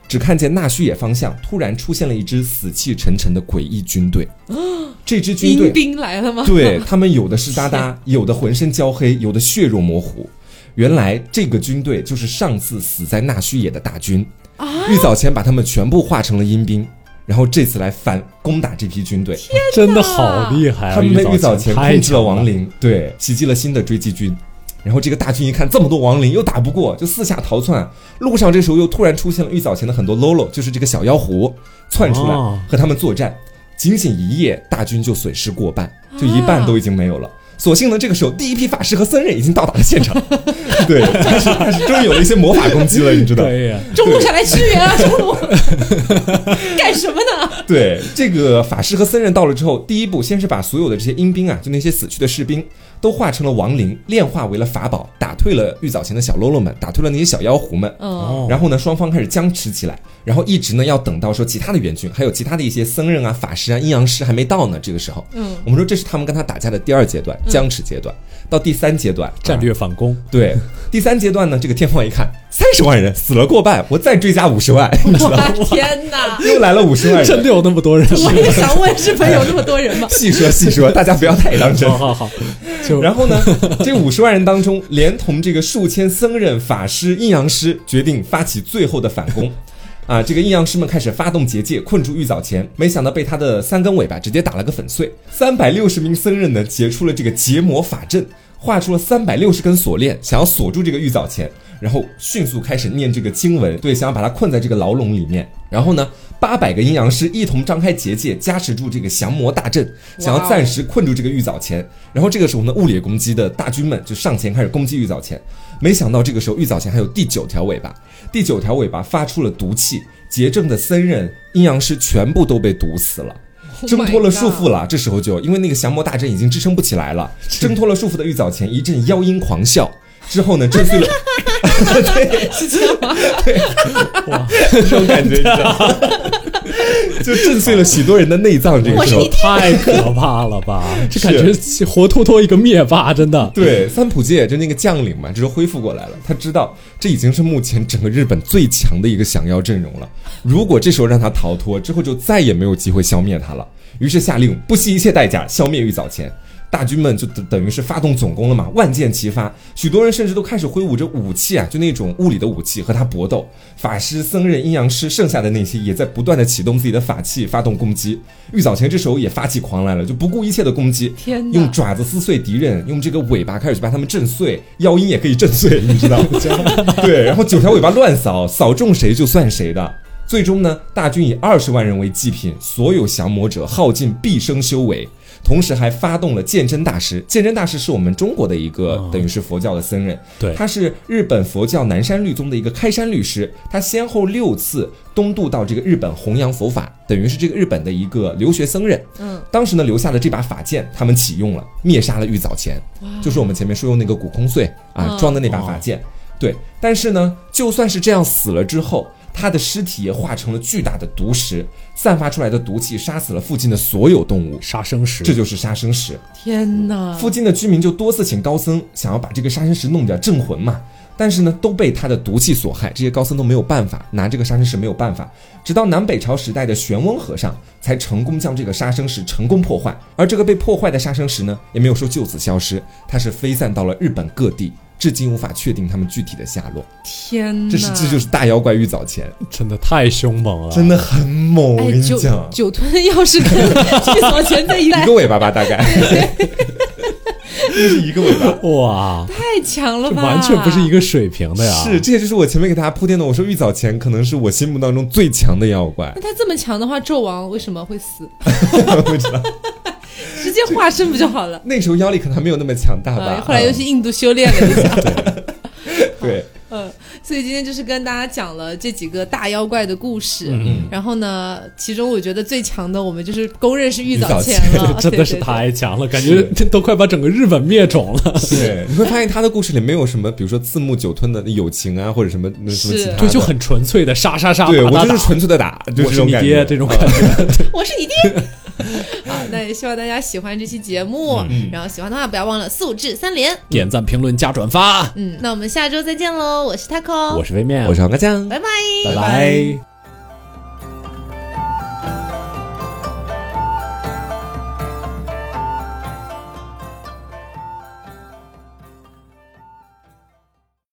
只看见纳须野方向突然出现了一支死气沉沉的诡异军队。这支军队阴兵来了吗？ 对，他们有的是哒哒，有的浑身焦黑，有的血肉模糊。原来这个军队就是上次死在纳须野的大军，啊、玉藻前把他们全部化成了阴兵，然后这次来反攻打这批军队。 真的好厉害啊！ 他们被玉藻前控制了亡灵，对，袭击了新的追击军。然后这个大军一看这么多亡灵又打不过，就四下逃窜。路上这时候又突然出现了玉藻前的很多喽啰，就是这个小妖狐窜出来和他们作战。仅仅一夜，大军就损失过半，就一半都已经没有了。所幸呢，这个时候第一批法师和僧人已经到达了现场，对，开始开始终于有了一些魔法攻击了，你知道？ 对呀， 中路下来支援啊，中路干什么呢？ 对，这个法师和僧人到了之后，第一步先是把所有的这些阴兵啊，就那些死去的士兵，都化成了亡灵，炼化为了法宝，打退了玉藻前的小喽啰们，打退了那些小妖狐们。 哦， 然后呢，双方开始僵持起来，然后一直呢要等到说其他的援军，还有其他的一些僧人啊、法师啊、阴阳师还没到呢。这个时候，嗯，我们说这是他们跟他打架的第二阶段，僵持阶段。到第三阶段， 战略反攻。 对，第三阶段呢，这个天皇一看三十万人死了过半，我再追加五十万，你知道吗？ 天哪， 又来了五十万人， 真的有那么多人？ 我也想问，日本有那么多人吗？ 细说细说，大家不要太当真。 好好好。就然后呢，这五十万人当中，连同这个数千僧人、法师、阴阳师，决定发起最后的反攻。啊，这个阴阳师们开始发动结界困住玉藻前，没想到被他的三根尾巴直接打了个粉碎。三百六十名僧人呢，结出了这个结魔法阵，画出了三百六十根锁链，想要锁住这个玉藻前，然后迅速开始念这个经文，对，想要把它困在这个牢笼里面。然后呢，八百个阴阳师一同张开结界，加持住这个降魔大阵，想要暂时困住这个玉藻前。然后这个时候呢，物理攻击的大军们就上前开始攻击玉藻前。没想到这个时候玉藻前还有第九条尾巴，第九条尾巴发出了毒气，结症的僧人、阴阳师全部都被毒死了。挣脱了束缚了，这时候就因为那个降魔大阵已经支撑不起来了，挣脱了束缚的玉藻前一阵妖音狂笑，之后呢震碎了对， 是这样吗？ 对，哇，这种感觉你知道就震碎了许多人的内脏。这个时候太可怕了吧，这感觉活脱脱一个灭霸，真的。 对，三浦介就那个将领嘛，这时候恢复过来了，他知道这已经是目前整个日本最强的一个降妖阵容了，如果这时候让他逃脱之后，就再也没有机会消灭他了，于是下令不惜一切代价消灭玉藻前。大军们就等等于是发动总攻了嘛，万箭齐发，许多人甚至都开始挥舞着武器啊，就那种物理的武器和他搏斗。法师、僧人、阴阳师，剩下的那些也在不断的启动自己的法器，发动攻击。玉藻前这时候也发起狂来了，就不顾一切的攻击， 天哪， 用爪子撕碎敌人，用这个尾巴开始去把他们震碎，妖音也可以震碎，你知道对，然后九条尾巴乱扫，扫中谁就算谁的。最终呢，大军以二十万人为祭品，所有降魔者耗尽毕生修为。同时还发动了鉴真大师，鉴真大师是我们中国的一个、哦、等于是佛教的僧人， 对， 他是日本佛教南山律宗的一个开山律师，他先后六次东渡到这个日本弘扬佛法，等于是这个日本的一个留学僧人。嗯，当时呢留下的这把法剑，他们启用了，灭杀了玉藻前，就是我们前面说用那个古空碎啊装的那把法剑。哦、对，但是呢，就算是这样死了之后，他的尸体也化成了巨大的毒石，散发出来的毒气杀死了附近的所有动物， 杀生石， 这就是杀生石。 天哪！ 附近的居民就多次请高僧想要把这个杀生石弄掉镇魂嘛，但是呢都被他的毒气所害，这些高僧都没有办法拿这个杀生石，没有办法。直到南北朝时代的玄翁和尚才成功将这个杀生石成功破坏，而这个被破坏的杀生石呢，也没有说就此消失，它是飞散到了日本各地。至今无法确定他们具体的下落。 天哪， 这是这就是大妖怪玉藻前， 真的太凶猛了， 真的很猛。我跟你讲， 酒吞要是跟玉藻前在一代， 一个尾巴吧，大概。这是一个尾巴， 哇， 太强了吧！ 完全不是一个水平的呀。 是，这也就是我前面给大家铺垫的。我说玉藻前可能是我心目当中最强的妖怪。 那他这么强的话，纣王为什么会死？ 不知道。 直接化身不就好了？ 那个时候妖力可能还没有那么强大吧。 呃、后来又去印度修炼了一下。 对， 嗯，所以今天就是跟大家讲了这几个大妖怪的故事。 嗯， 然后呢，其中我觉得最强的，我们就是公认是玉藻前了， 真的是太强了，感觉都快把整个日本灭种了。 对，你会发现他的故事里没有什么，比如说字幕酒吞的友情啊，或者什么什么其他的， 对，就很纯粹的杀杀杀。 对，我就是纯粹的打，就是这种感觉， 这种感觉。 我是你爹。好，那也希望大家喜欢这期节目，嗯、然后喜欢的话不要忘了四五至三连， 点赞、评论、加转发。 嗯，那我们下周再见喽！我是 Taco， 我是微面， 我是黄瓜酱， 拜拜， 拜拜。